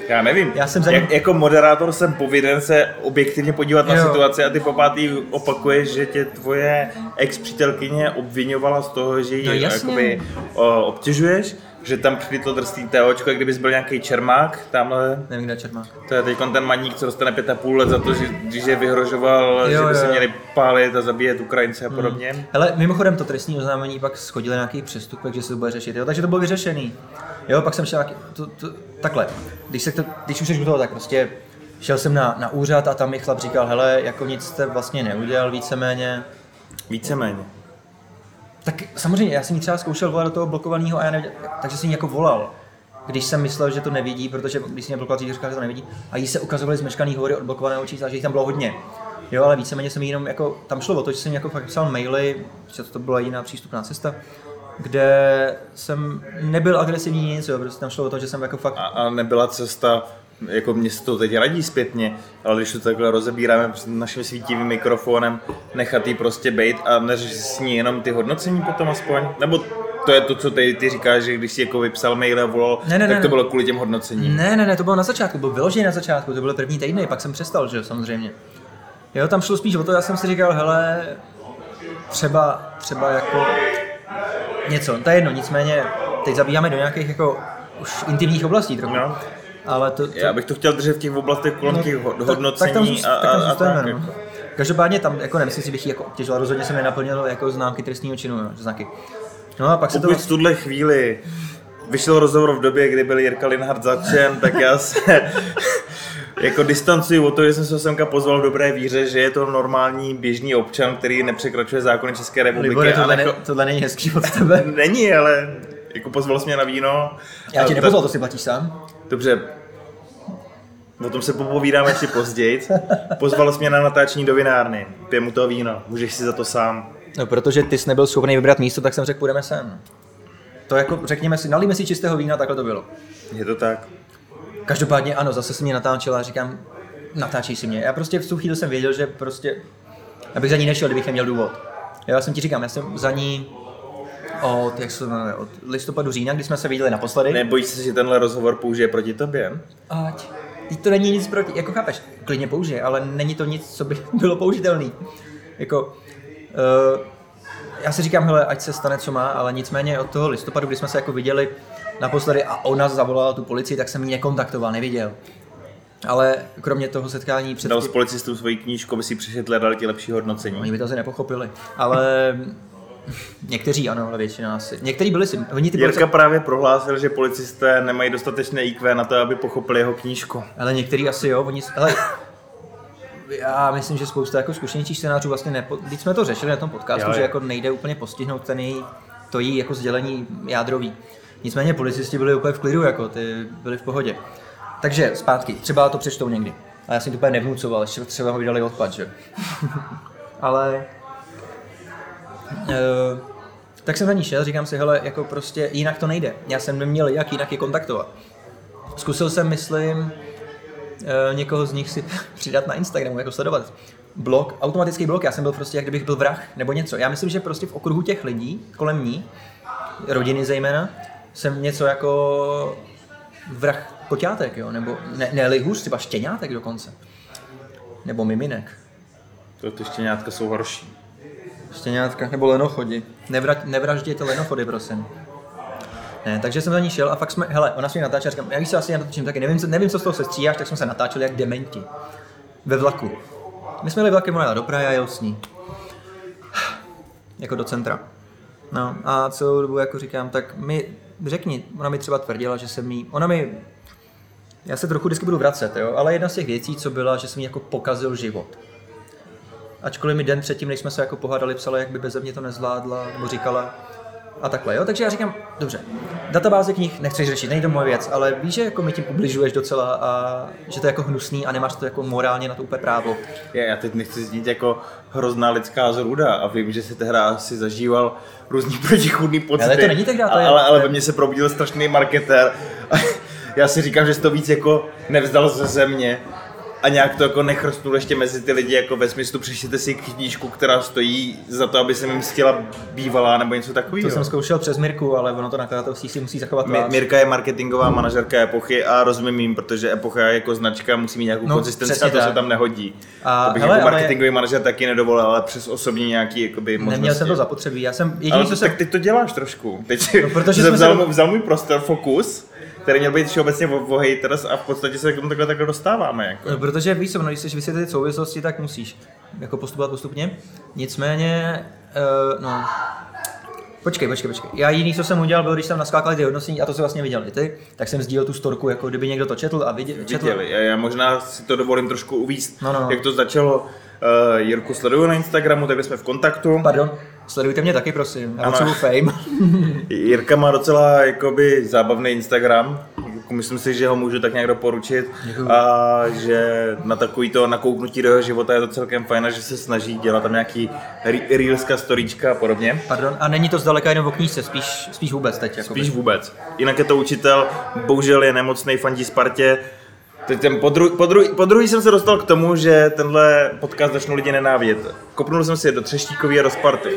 Já nevím, Já jsem za ním... jako moderátor jsem povinen se objektivně podívat na situaci a ty popátý opakuješ, že tě tvoje ex-přítelkyně obvinovala z toho, že ji jakoby obtěžuješ, že tam přilítlo drsný TOčko, kdybys byl nějaký Čermák, tamhle. Nevím, kde je Čermák. To je teď ten maník, co dostane 5,5 let za to, že když je vyhrožoval, že by se měli pálit a zabíjet Ukrajince a podobně. Hele, mimochodem to trestní oznámení pak schodili nějaký přestupek, že se to bude řešit, jo? Takže to bylo vyřešený. Jo, pak jsem šel takhle, když už jsi u toho, tak prostě šel jsem na úřad a tam mi chlap říkal, hele, jako nic jste vlastně neudělal víceméně. Víceméně. Tak samozřejmě, já jsem jí třeba zkoušel volat do toho blokovaného a já nevěděl, takže jsem jí jako volal. Když jsem myslel, že to nevidí, protože když jsem mě blokoval, říkal, že to nevidí, a jí se ukazovaly zmeškaný hovory od blokovaného čísla, že jich tam bylo hodně. Jo, ale víceméně jsem jenom jako, tam šlo o to, že jsem jako fakt psal maily, že to byla jiná přístupná cesta, kde jsem nebyl agresivní nic, jo, prostě tam šlo o to, že jsem jako fakt... A nebyla cesta, jako mě se to teď radí zpětně, ale když to takhle rozebíráme před naším svítivým mikrofonem, nechat jí prostě bejt a neřeš s ní jenom ty hodnocení potom aspoň? Nebo to je to, co ty říkáš, že když jsi jako vypsal mail a volal, tak to bylo kvůli těm hodnocením? Ne, to bylo na začátku, bylo vyloženě na začátku, to bylo první týdny, pak jsem přestal, že jo, samozřejmě. Jo, tam šlo spíš o to, já jsem si říkal, hele, třeba jako něco, to je jedno, nicméně teď zabíháme do nějakých jako už intimních oblastí trochu. No. Ale to... Já bych to chtěl držet v těch oblastech kolem těch hodnocení tak jako. Každopádně tam, jako nemyslím si, bych jí jako obtěžoval, rozhodně jsem nenaplnil jako známky trestního činu, jo, znaky. No a pak se to... Pokud v tuhle chvíli vyšel rozhovor v době, kdy byl Jirka Linhart zatčen, tak já se jako distancuji od toho, že jsem se semka pozval v dobré víře, že je to normální běžný občan, který nepřekračuje zákony České republiky. Libore, tohle není hezký od tebe. Není, ale jako pozval jsi mě na víno. Já ti nepozval, to si platíš sám. Dobře, o tom se popovídáme ještě později. Pozval jsi mě na natáčení do vinárny, pije mu to víno, můžeš si za to sám. No, protože ty jsi nebyl schopný vybrat místo, tak jsem řekl, půjdeme sem. To jako, řekněme si, nalíme si čistého vína, takhle to bylo. Je to tak. Každopádně ano, zase se mě natáčela a říkám, natáčej si mě. Já prostě v tu chvíli jsem věděl, že prostě, abych za ní nešel, kdybych neměl důvod. Já jsem ti říkám, já jsem za ní od listopadu, října, kdy jsme se viděli naposledy. Nebojíš se, že tenhle rozhovor použije proti tobě? Ať. To není nic proti, jako chápeš, klidně použije, ale není to nic, co by bylo použitelný. Jako, já si říkám, hele, ať se stane, co má, ale nicméně od toho listopadu, kdy jsme se jako viděli naposledy a ona zavolala tu policii, tak jsem ji nekontaktoval, neviděl. Ale kromě toho setkání před... Dal s policistům svoji knížku, aby si přečetli a dali ti lepší hodnocení. Oni by to asi nepochopili, ale někteří ano, ale většina asi. Někteří byli si... Jirka právě prohlásil, že policisté nemají dostatečné IQ na to, aby pochopili jeho knížku. Ale někteří asi jo, oni... Ale já myslím, že spousta jako zkušenějších scénářů vlastně Když jsme to řešili na tom podcastu, že jako nejde úplně postihnout to jí jako sdělení jádrový. Nicméně policisti byli úplně v klidu, jako ty byli v pohodě. Takže zpátky, třeba to přečtou někdy. A já jsem to úplně nevnucoval, ještě třeba ho vydali odpad, že? Ale... tak jsem za ní šel, říkám si, hele, jako prostě jinak to nejde. Já jsem neměl jak jinak je kontaktovat. Zkusil jsem, myslím, někoho z nich si přidat na Instagramu, jako sledovat. Blog, automatický blog, já jsem byl prostě, jak kdybych byl vrah nebo něco. Já myslím, že prostě v okruhu těch lidí, kolem ní, rodiny zejména, jsem něco jako vrah koťátek, jo, nebo ne hůř, třeba štěňátek dokonce. Nebo miminek. To štěňátka jsou horší. Štěňátka nebo lenochodi. Nevraždějte lenochody, prosím. Ne, takže jsem za ní šel a fakt jsme, hele, ona si mě natáčela, říkám, já když se asi natočím taky, nevím, co z toho se stříháš, tak jsme se natáčeli jak dementi. Ve vlaku. My jsme jeli vlakem, ona jela do Prahy a jel s ní. Jako do centra. No a celou dobu jako říkám, tak mi řekni, ona mi třeba tvrdila, že jsem jí, já se trochu vždycky budu vracet, jo, ale jedna z těch věcí, co byla, že jsem jí jako pokazil život. Ačkoliv mi den předtím, než jsme se jako pohádali, psala, jak by beze mě to nezvládla, nebo říkala a takhle, jo, takže já říkám, dobře, databáze knih nechceš řešit, není to moje věc, ale víš, že jako mi tím ubližuješ docela a že to je jako hnusný a nemáš to jako morálně na to úplně právo. Já teď nechci znít jako hrozná lidská zrůda a vím, že si tehdy asi zažíval různý protichůdný pocity. Ale to není tehdy, ale ve mně se probudil strašný marketér. Já si říkám, že jsi to víc jako nevzdal ze země a nějak to jako nechrstnul ještě mezi ty lidi, jako ve smyslu přečtěte si knížku, která stojí za to, aby se mi mstila bývalá nebo něco takového. To jsem zkoušel přes Mirku, ale ono to nakladatelství si musí zachovat tvář. Mirka je marketingová manažerka Epochy a rozumím jim, protože Epocha jako značka musí mít nějakou konzistenci a to se tam nehodí. To bych jako marketingový manažer taky nedovolil, ale přes osobní nějaký jakoby možnosti. Neměl jsem to zapotřebí, já jsem jediný, ale tak teď to děláš trošku. Teď protože vzal můj prostor, fokus, který měl být všeobecně o haters a v podstatě se k tomu takhle dostáváme. Jako. No, protože víš co, když chceš vysvětlit souvislosti, tak musíš jako postupovat postupně. Nicméně, no... Počkej. Já jediný, co jsem udělal, bylo, když jsem naskákal ty hodnocení, a to se vlastně viděl i ty, tak jsem sdílel tu storku, jako kdyby někdo to četl a viděli. Já možná si to dovolím trošku uvíct, no. Jak to začalo. Jirku sleduju na Instagramu, takhle jsme v kontaktu. Pardon, sledujte mě taky, prosím, já potřebuji fame. Jirka má docela jakoby zábavný Instagram, myslím si, že ho můžu tak nějak doporučit. Děkuju. A že na takový to nakouknutí do jeho života je to celkem fajn, že se snaží dělat tam nějaký reelska, storíčka a podobně. Pardon, a není to zdaleka jenom o knížce, spíš vůbec teď. Jakoby. Spíš vůbec. Jinak je to učitel, bohužel je nemocnej, fandí Spartě. Teď po druhý jsem se dostal k tomu, že tenhle podcast začnou lidi nenávidět. Kopnul jsem si do Třeštíkový a do Sparty.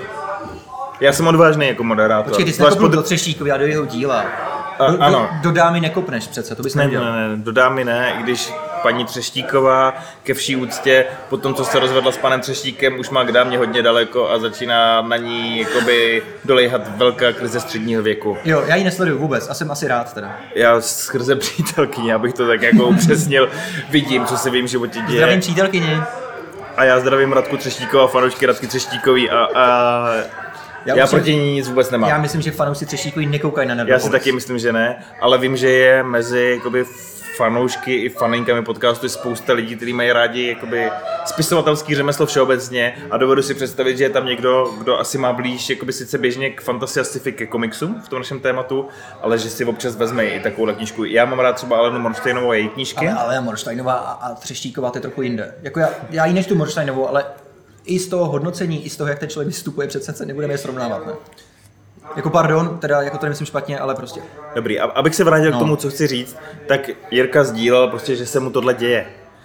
Já jsem odvážný jako moderátor. Počkej, ty jsi nekopnul do Třeštíkový a do jeho díla. Ano. Do dámy nekopneš přece, to bys neměl. Ne, do dámy ne, i když paní Třeštíková ke vší úctě, po tom, co se rozvedla s panem Třeštíkem, už má k dámě hodně daleko a začíná na ní jakoby dolejhat velká krize středního věku. Jo, já ji nesleduju vůbec a jsem asi rád teda. Já skrze přítelkyni, abych to tak jako upřesnil, vidím, co se v jejím životě děje. Zdravím přítelkyni. A já zdravím Radku Třeštíkovou a fanoušky Radky Třeštíkový a já proti ní nic vůbec nemám. Já myslím, že fanoušci Třeštíkový nekoukají na Nerdopolis. Já si taky myslím, že ne, ale vím, že je mezi jakoby fanoušky i faninkami podcastu je spousta lidí, kteří mají rádi jakoby spisovatelský řemeslo všeobecně a dovedu si představit, že je tam někdo, kdo asi má blíž jakoby sice běžně k fantasy a sci-fi ke komiksům v tom našem tématu, ale že si občas vezme i takovou knížku. Já mám rád třeba Alenu Mornsteinovou a její knížky. Ale Mornsteinová a Třeštíková to je trochu jinde. Jako já ji nečtu Mornsteinovou, ale i z toho hodnocení, i z toho, jak ten člověk vystupuje, přece se nebudeme je srovnávat, ne? Jako pardon, teda jako to nemyslím špatně, ale prostě. Dobrý, abych se vrátil k tomu, co chci říct, tak Jirka sdílel prostě, že se mu tohle děje.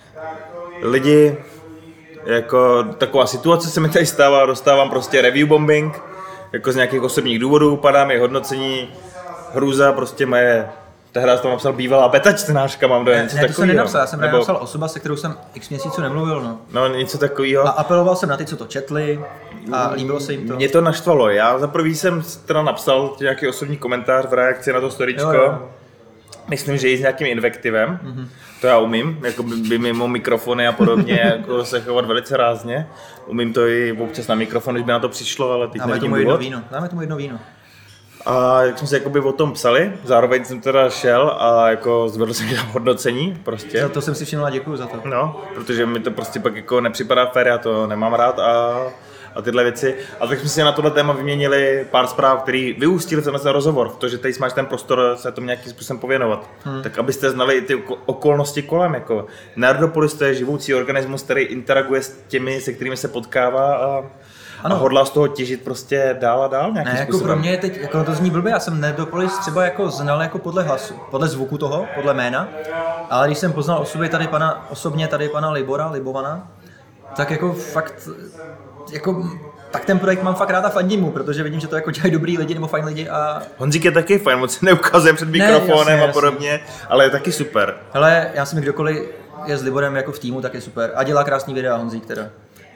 Lidi, jako taková situace se mi tady stává, dostávám prostě review bombing, jako z nějakých osobních důvodů, padá mi hodnocení, hrůza, prostě moje, tehdy jsem napsal bývalá beta čtenářka, mám dojem, něco takového. Ne, to jsem nenapsal, já jsem nebo... napsal osoba, se kterou jsem x měsíců nemluvil, no. No, něco takového. A apeloval jsem na ty, co to četli a líbilo se jim to. Mě to naštvalo, já za prvý jsem teda napsal nějaký osobní komentář v reakci na to storyčko. Jo. Myslím, že i s nějakým invektivem, to já umím, jako by mimo mikrofony a podobně, jako se chovat velice rázně. Umím to i občas na mikrofon, když by na to přišlo, ale teď nevidím důvod. Dáme tomu jedno víno. A jak jsme si jakoby o tom psali, zároveň jsem teda šel a jako zvedl jsem tam hodnocení prostě. Za to jsem si všiml a děkuju za to. No, protože mi to prostě pak jako nepřipadá fér, já to nemám rád a tyhle věci. A tak jsme si na tohle téma vyměnili pár zpráv, který vyústili tenhle rozhovor, v to, že tady máš ten prostor se tomu nějakým způsobem pověnovat. Tak abyste znali i ty okolnosti kolem, jako Nerdopolis to je živoucí organismus, který interaguje s těmi, se kterými se potkává a hodlá z toho těžit prostě dál a dál nějakým jako způsobem. Pro mě je teď, jako to zní blbě, já jsem Nerdopolis třeba jako znal jako podle hlasu, podle zvuku toho, podle jména, ale když jsem poznal osobně tady pana Libovana, tak jako fakt, jako tak ten projekt mám fakt rád a fandím mu, protože vidím, že to jako dělají dobrý lidi nebo fajn lidi a... Honzík je taky fajn, moc se neukazuje před mikrofonem a podobně, ale je taky super. Hele, já si mi kdokoliv je s Liborem jako v týmu, tak je super a dělá krásný videa Honzík teda.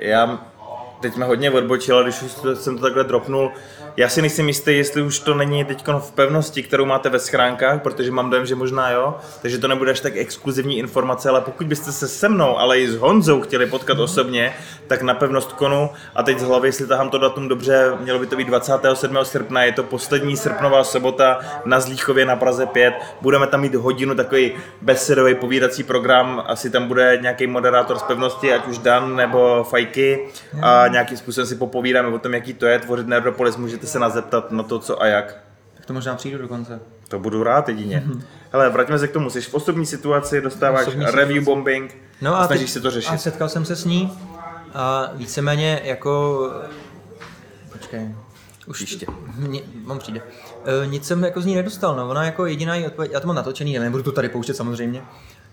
Teď jsme hodně odbočil, když už jsem to takhle dropnul. Já si nejsem jistý, jestli už to není teď v pevnosti, kterou máte ve schránkách, protože mám dojem, že možná jo, takže to nebude až tak exkluzivní informace, ale pokud byste se se mnou, ale i s Honzou chtěli potkat osobně, tak na pevnost Konu, a teď z hlavy, jestli tahám to datum dobře, mělo by to být 27. srpna, je to poslední srpnová sobota na Zlíchově na Praze 5, budeme tam mít hodinu takový besedový povídací program, asi tam bude nějaký moderátor z pevnosti, ať už Dan nebo Fajky a nějakým způsobem si popovídáme o tom, jaký to je tvořit Nerdopolis, můžete se nás zeptat na to, co a jak. Tak to možná přijdu dokonce. To budu rád jedině. Hele, vraťme se k tomu, jsi v osobní situaci, dostáváš review bombing a snažíš se to řešit. A setkal jsem se s ní a víceméně jako... Počkej. Už ještě. Mám přijde. Nic jsem jako z ní nedostal, no. Ona jako jediná jí odpověď, já to mám natočený, nebudu to tady pouštět samozřejmě.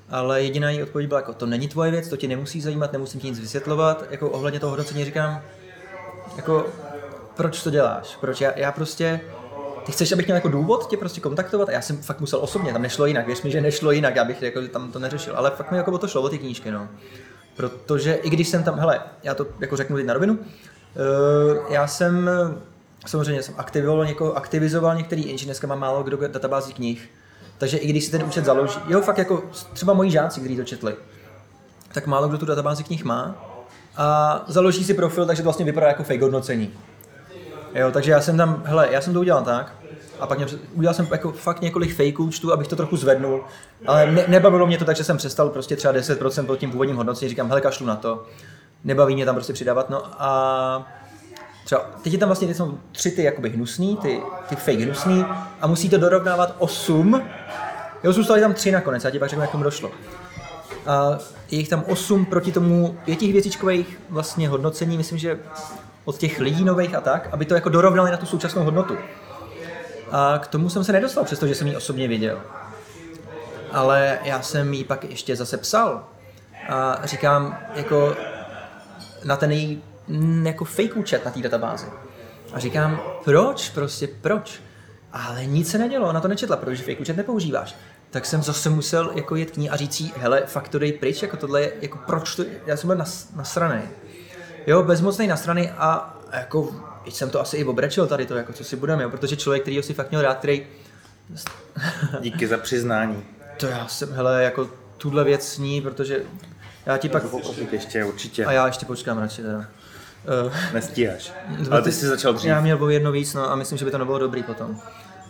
ale jediná její odpověď byla jako, to není tvoje věc, to tě nemusí zajímat, nemusím ti nic vysvětlovat, jako ohledně toho hodnocení říkám, jako proč to děláš, proč já prostě, ty chceš, abych měl jako důvod tě prostě kontaktovat a já jsem fakt musel osobně, tam nešlo jinak, věř mi, že nešlo jinak, já bych jako tam to neřešil, ale fakt mi jako o to šlo, o ty knížky, no. Protože i když jsem tam, hele, já to jako řeknu teď na rovinu, já jsem, samozřejmě jsem aktivizoval některý, že dneska mám málo kdo databází knih, takže i když si ten účet založí, jo fakt jako třeba moji žáci, kteří to četli, tak málo kdo tu databázi knih má a založí si profil, takže to vlastně vypadá jako fake hodnocení. Jo, takže já jsem to udělal tak a pak udělal jsem jako fakt několik fake účtů, abych to trochu zvednul, ale nebavilo mě to, takže jsem přestal prostě třeba 10% pod tím původním hodnocením, říkám, hele, kašlu na to, nebaví mě tam prostě přidávat, no a třeba teď je tam vlastně jsou 3 ty jakoby hnusný, ty fake hnusný a musí to dorovnávat 8, jo, zůstali tam 3 nakonec, já ti pak řeknu, jak tomu došlo. A je jich tam 8 proti tomu 5hvězdičkových vlastně hodnocení, myslím, že od těch lidí nových a tak, aby to jako dorovnali na tu současnou hodnotu. A k tomu jsem se nedostal, přestože jsem ji osobně viděl. Ale já jsem jí pak ještě zase psal a říkám jako na ten její jako fake účet na té databázi. A říkám, proč? Ale nic se nedělo, ona to nečetla, protože fake účet nepoužíváš. Tak jsem zase musel jako jet k ní a říct jí, hele, fakt to dej pryč, jako tohle je, jako proč to, já jsem byl nasranej. Jo, bezmocnej nasranej a jako, jsem to asi i obrečil tady to, jako co si budeme, jo, protože člověk, který ho si fakt měl rád, který... Díky za přiznání. To já jsem, hele, jako tuhle věc sní, protože já ti pak... Ještě, určitě. A já ještě počkám radši teda. Nestíháš. Ale ty jsi začal dřív. Já měl o jedno víc, no a myslím, že by to nebylo dobrý potom.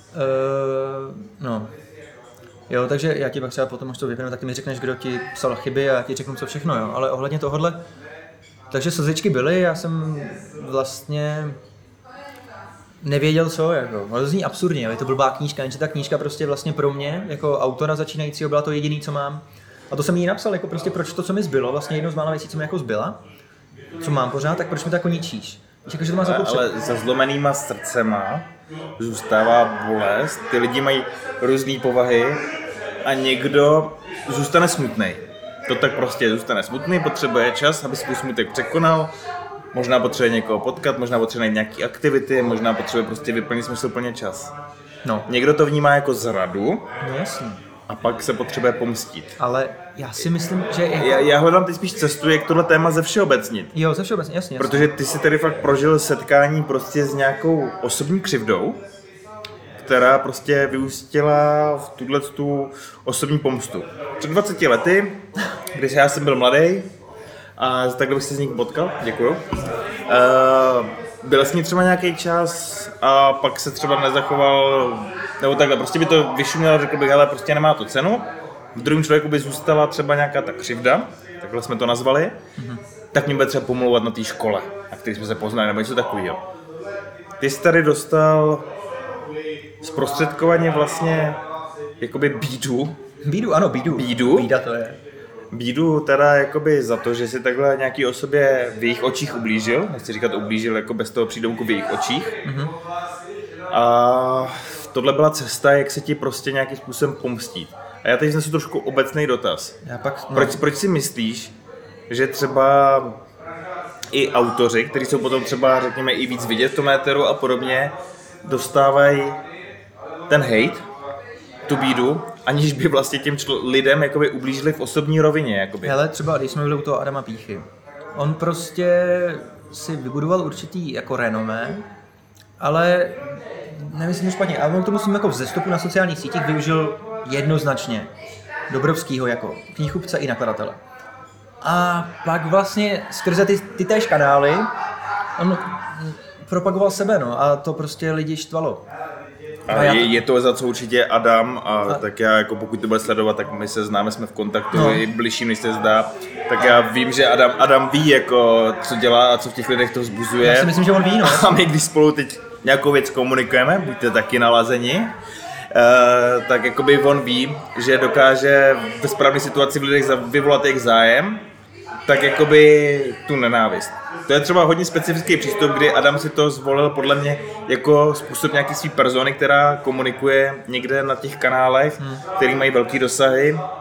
No. Jo, takže já ti pak třeba potom, až to vypnu, tak ty mi řekneš, kdo ti psal chyby a já ti řeknu, co všechno, jo. Ale ohledně tohohle, takže slzičky byly, já jsem vlastně nevěděl co, jako. Ale to zní absurdně, jo. Je to blbá knížka, jenže ta knížka prostě vlastně pro mě, jako autora začínajícího, byla to jediný, co mám. A to jsem jí napsal, jako prostě proč to, co mi zbylo, vlastně jednou z mála věcí, co mi jako zbyla, co mám pořád, tak proč mi to jako ničíš? Jako, že to má ale za zlomenýma srdcema zůstává bolest, ty lidi mají různé povahy a někdo zůstane smutnej. To tak prostě zůstane smutný, potřebuje čas, aby svůj smutek překonal, možná potřebuje někoho potkat, možná potřebuje najít nějaký aktivity, možná potřebuje prostě vyplnit smysluplně čas. No. Někdo to vnímá jako zradu, No jasně. a pak se potřebuje pomstit. Ale já si myslím, že... Jako... Já hledám teď spíš cestu, jak tohle téma ze všeobecnit. Jo, ze všeobecnit, jasně. Protože ty si tady fakt prožil setkání prostě s nějakou osobní křivdou, která prostě vyústila v tu osobní pomstu. Před 20 lety, když já jsem byl mladý, a takhle bych se s ním potkal, děkuju. Byl s ní třeba nějaký čas a pak se třeba nezachoval, nebo takhle, prostě by to vyšumělo, řekl bych, hele, prostě nemá to cenu. V druhém člověku by zůstala třeba nějaká ta křivda, takhle jsme to nazvali, tak mě bude třeba pomlouvat na té škole, na který jsme se poznali, nebo něco takového. Ty jsi tady dostal zprostředkovaně vlastně jakoby bídu. Bídu, ano, bídu. Bída to je. Bídu teda jakoby za to, že si takhle nějaký osobě v jejich očích ublížil, nechci říkat ublížil jako bez toho přídomku v jejich očích. Mm-hmm. A tohle byla cesta, jak se ti prostě nějakým způsobem pomstít. A já teď znesu trošku obecný dotaz. Proč si myslíš, že třeba i autoři, kteří jsou potom třeba, řekněme, i víc vidět v tom éteru a podobně, dostávají ten hate, tu bídu, aniž by vlastně těm lidem jakoby ublížili v osobní rovině. Jakoby. Hele, třeba když jsme byli u toho Adama Píchy, on prostě si vybudoval určitý jako renomé, ale nemyslím špatně, ale on to musím jako vzestupu na sociálních sítích využil jednoznačně Dobrovskýho jako knihkupce i nakladatele. A pak vlastně skrze ty též kanály on propagoval sebe, no, a to prostě lidi štvalo. A je to za co určitě Adam a tak já jako pokud to bude sledovat, tak my se známe, jsme v kontaktu, no. I bližším, než se zdá, tak já vím, že Adam ví jako co dělá a co v těch lidech to vzbuzuje. Já si myslím, že on ví, no. A my když spolu teď nějakou věc komunikujeme, buďte taky nalazeni, tak jakoby on ví, že dokáže ve správné situaci v lidech vyvolat jejich zájem, tak jakoby tu nenávist. To je třeba hodně specifický přístup, kdy Adam si to zvolil podle mě jako způsob nějaký svý persony, která komunikuje někde na těch kanálech, který mají velký dosahy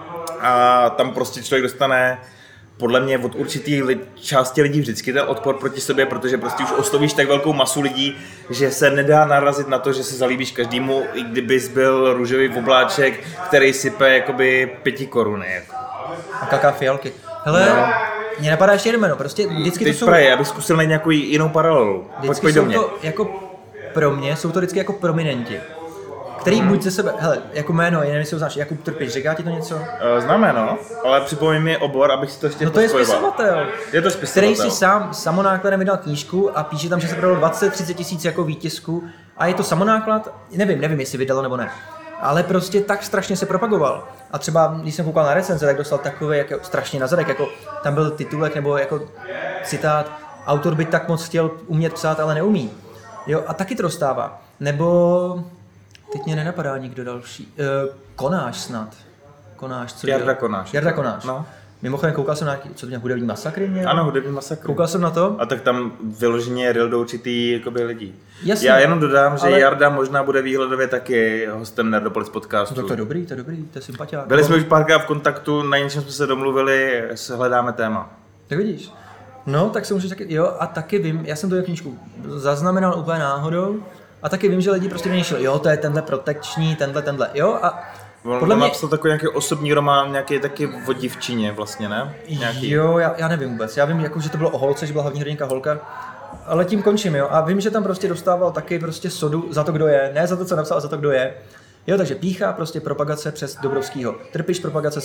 a tam prostě člověk dostane podle mě od určitý části lidí vždycky ten odpor proti sobě, protože prostě už oslovíš tak velkou masu lidí, že se nedá narazit na to, že se zalíbíš každému, i kdybys byl růžový obláček, který sype jakoby 5 koruny. Jako. A kaká fialky. Hele, mě napadá ještě jedno jméno, prostě vždycky teď to jsou... Teď abych zkusil najít nějakou jinou paralelu. Vždycky jsou to jako pro mě, jsou to vždycky jako prominenti. Který buď ze sebe, hele, jako jméno, nevím, jestli ho znáš, Jakub Trpiš, říká ti to něco? Znám jméno, ale připomeň mi obor, abych si to ještě No to je spisovatel. Je to spisovatel. Který si sám samonákladem vydal knížku a píše tam, že se prodalo 20-30 tisíc jako výtisku a je to samonáklad, nevím, jestli vydalo nebo ne. Ale prostě tak strašně se propagoval. A třeba, když jsem koukal na recenze, tak dostal takový jako strašně na zadek, jako tam byl titulek nebo jako citát, autor by tak moc chtěl umět psát, ale neumí. Jo, a taky to dostává. Nebo teď mě nenapadá nikdo další. Konáš snad. Konáš, co Jarda Konáš. Jarda Konáš. No. Mimochodem koukal jsem na nějaký, co to hudební masakry měl? Ano, hudební masakry. Koukal jsem na to. A tak tam vyloženě ril do určitý jakoby, lidí. Jasně, já jenom dodám, že ale... Jarda možná bude výhledově taky hostem Nerdopolis podcastu. No, to je dobrý, to je sympatiák. Byli jsme už párkrát v kontaktu, na něčem jsme se domluvili, hledáme téma. Tak vidíš. No, tak se můžeš taky, jo, a taky vím, já jsem tu knížku zaznamenal úplně náhodou a taky vím, že lidi prostě vyněšili, jo, to je tenhle protekční, tenhle, jo, a podle mě... napsal takový nějaký osobní román, nějaký taky o divčině vlastně, ne? Nějaký... Jo, já nevím vůbec, já vím, jako, že to bylo o holce, že byla hlavní hrdinka holka, ale tím končím, jo, a vím, že tam prostě dostával taky prostě sodu za to, kdo je, ne za to, co napsal, ale za to, kdo je. Jo, takže Pícha, prostě propagace přes Dobrovskýho. Trpiš, propagace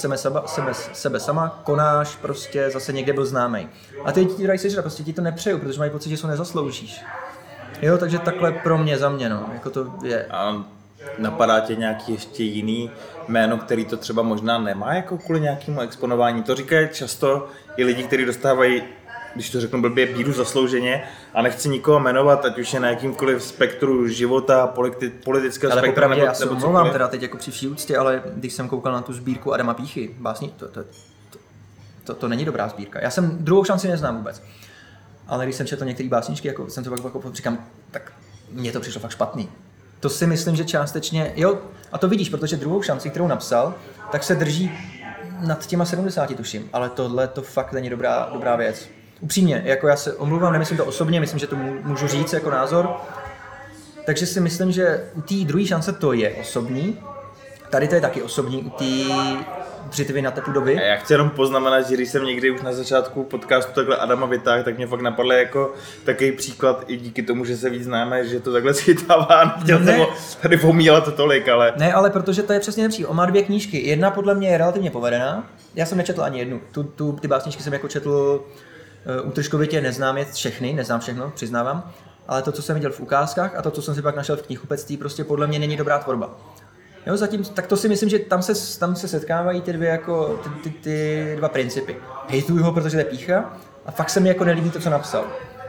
sebe sama, Konáš, prostě zase někde byl známej. A ty ti dají sežrat, prostě ti to nepřeju, protože mají pocit, že se nezasloužíš. Jo, takže takhle pro mě, za mě, no, jako to je. A napadá tě nějaký ještě jiný jméno, který to třeba možná nemá, jako kvůli nějakému exponování? To říkají často i lidi, kteří dostávají, když to řeknu blbě, bídu zaslouženě a nechci nikoho jmenovat, ať už je na jakýmkoliv spektru života, politického ale spektra nebo já se omlouvám teda teď jako při vší úctě, ale když jsem koukal na tu sbírku Adama Píchy, básní, to není dobrá sbírka. Já jsem druhou šanci neznám vůbec. Ale když jsem četl některé básničky, jako jsem to pak jako říkám, tak mně to přišlo fakt špatný. To si myslím, že částečně, jo, a to vidíš, protože druhou šanci, kterou napsal, tak se drží nad těma 70, tuším, ale tohle to fakt není dobrá věc. Upřímně, jako já se omlouvám, nemyslím to osobně, myslím, že to můžu říct jako názor. Takže si myslím, že u té druhé šance to je osobní, tady to je taky osobní, u té Břitvy na tepu doby. A já chci jenom poznamenat, že když jsem někdy už na začátku podcastu takhle Adama vytáhl, tak mě fakt napadl jako takový příklad i díky tomu, že se víc známe, že to takhle chytává. Chtěl jsem ho tady pomílat tolik, ale... Ne, ale protože to je přesně nepříjemné. On má 2 knížky. Jedna podle mě je relativně povedená. Já jsem nečetl ani jednu. Ty básničky jsem jako četl útržkovitě, neznám všechno, přiznávám. Ale to, co jsem viděl v ukázkách a to, co jsem si pak našel v knihkupectví, prostě podle mě není dobrá tvorba. Jo, zatím, tak to si myslím, že tam se setkávají ty dva principy. Hejtuju ho, protože to je Pícha a fakt se mi jako nelíbí to, co napsal.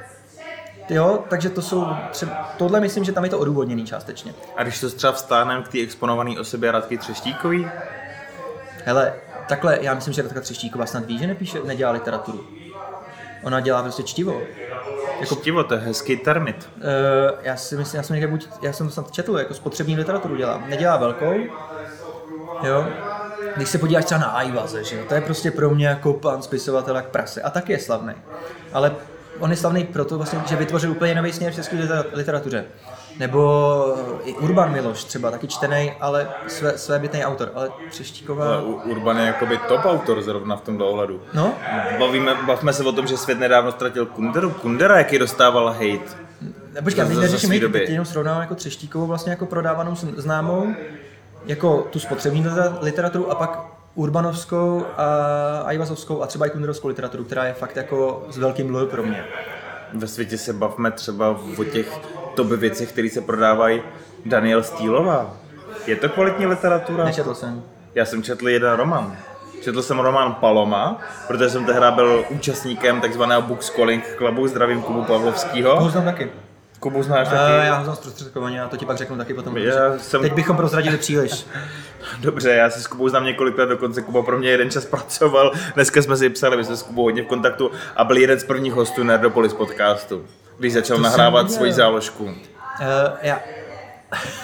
Jo, takže to jsou tohle myslím, že tam je to odůvodněný částečně. A když to třeba vstáhneme k té exponované osobě Radky Třeštíkový? Hele, takhle, já myslím, že Radka Třeštíková snad ví, že nedělá literaturu. Ona dělá prostě čtivo. Jako čtivo, to je hezký termit. Já si myslím, já jsem to snad četl, jako spotřební literaturu dělá. Nedělá velkou, jo. Když se podíváš třeba na Ajvaze, že jo, to je prostě pro mě jako pán spisovatel jak prase a taky je slavný. Ale on je slavný proto vlastně, že vytvořil úplně nový směr v české literatuře. Nebo i Urban Miloš třeba, taky čtenej, ale svébytný autor, ale Třeštíková... Ale Urban je jakoby top autor zrovna v tomhle ohledu. No? Bavme se o tom, že svět nedávno ztratil Kunderu. Kundera, jaký dostával hejt. Počkej, teď neřeším hejt, teď jenom srovnávám jako Třeštíkovou vlastně jako prodávanou známou, jako tu spotřební literaturu a pak urbanovskou a ajvazovskou a třeba i kunderovskou literaturu, která je fakt jako s velkým L pro mě. Ve světě se bavme třeba o těch top věcech, které se prodávají. Daniel Stýlová. Je to kvalitní literatura? Nečetl jsem. Já jsem četl jeden román. Četl jsem román Paloma, protože jsem tehdy byl účastníkem takzvaného Book Calling Clubu. Zdravím Kubu Pavlovskýho. Toho znám taky. Kubu znáš taky? Já ho znám zprostředkovaně a to ti pak řeknu taky potom. Jsem... Teď bychom prozradili příliš. Dobře, já si s Kubou znám několik let, dokonce Kuba pro mě jeden čas pracoval. Dneska jsme si psali, my jsme s Kubou hodně v kontaktu a byl jeden z prvních hostů Nerdopolis podcastu, když začal nahrávat svoji záložku.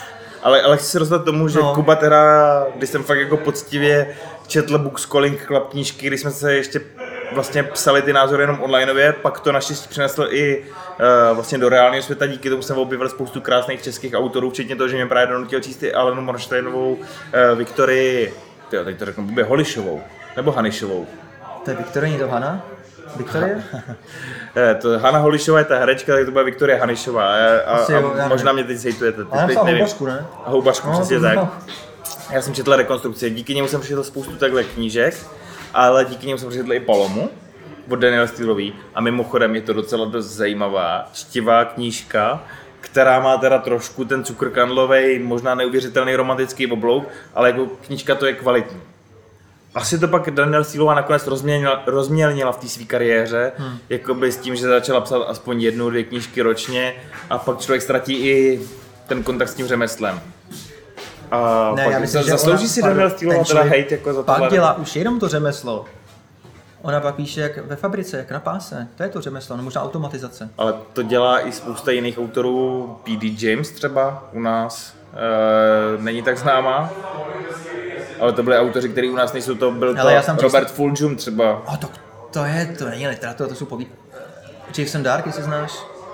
Ale chci se dostat k tomu, že Kuba teda, když jsem fakt jako poctivě četl Book Calling Club knížky, když jsme se ještě vlastně psali ty názory jenom onlineově, pak to naštěstí přinesl i vlastně do reálného světa, díky tomu jsem objevil spoustu krásných českých autorů, včetně toho, že mě právě donutil číst i Alenu Morštejnovou, Viktorii, teď to řeknu, Holišovou, nebo Hanišovou. To je Viktorie, není to Hana? Viktorie? To Hana Holišová je ta herečka, tak to bude Viktorie Hanišová a jo, možná mě teď zhejtujete. Ale napsal Houbašku, ne? Houbašku, přesně tak. Já jsem četl rekonstrukci, díky němu jsem přečetl spoustu takhle knížek, ale díky němu jsem přečetl i Palomu od Daniela Steelový a mimochodem je to docela dost zajímavá, čtivá knížka, která má teda trošku ten cukrkandlovej, možná neuvěřitelný romantický oblouk, ale jako knížka to je kvalitní. Asi to pak Daniel Steelová nakonec rozmělnila v té své kariéře, jakoby s tím, že začala psat aspoň 1-2 knížky ročně a pak člověk ztratí i ten kontakt s tím řemeslem. A ne, pak já myslím, zaslouží si Daniel Steelová teda hejt jako za tohle. Pak dělá už jenom to řemeslo. Ona pak píše jak ve fabrice, jak na páse. To je to řemeslo, no možná automatizace. Ale to dělá i spousta jiných autorů, P.D. James třeba u nás není tak známá. Ale to byli autoři, kteří u nás nejsou, to byl to Robert Fulghum třeba. To není literatura, to jsou povídky. Jason Dark, jestli znáš.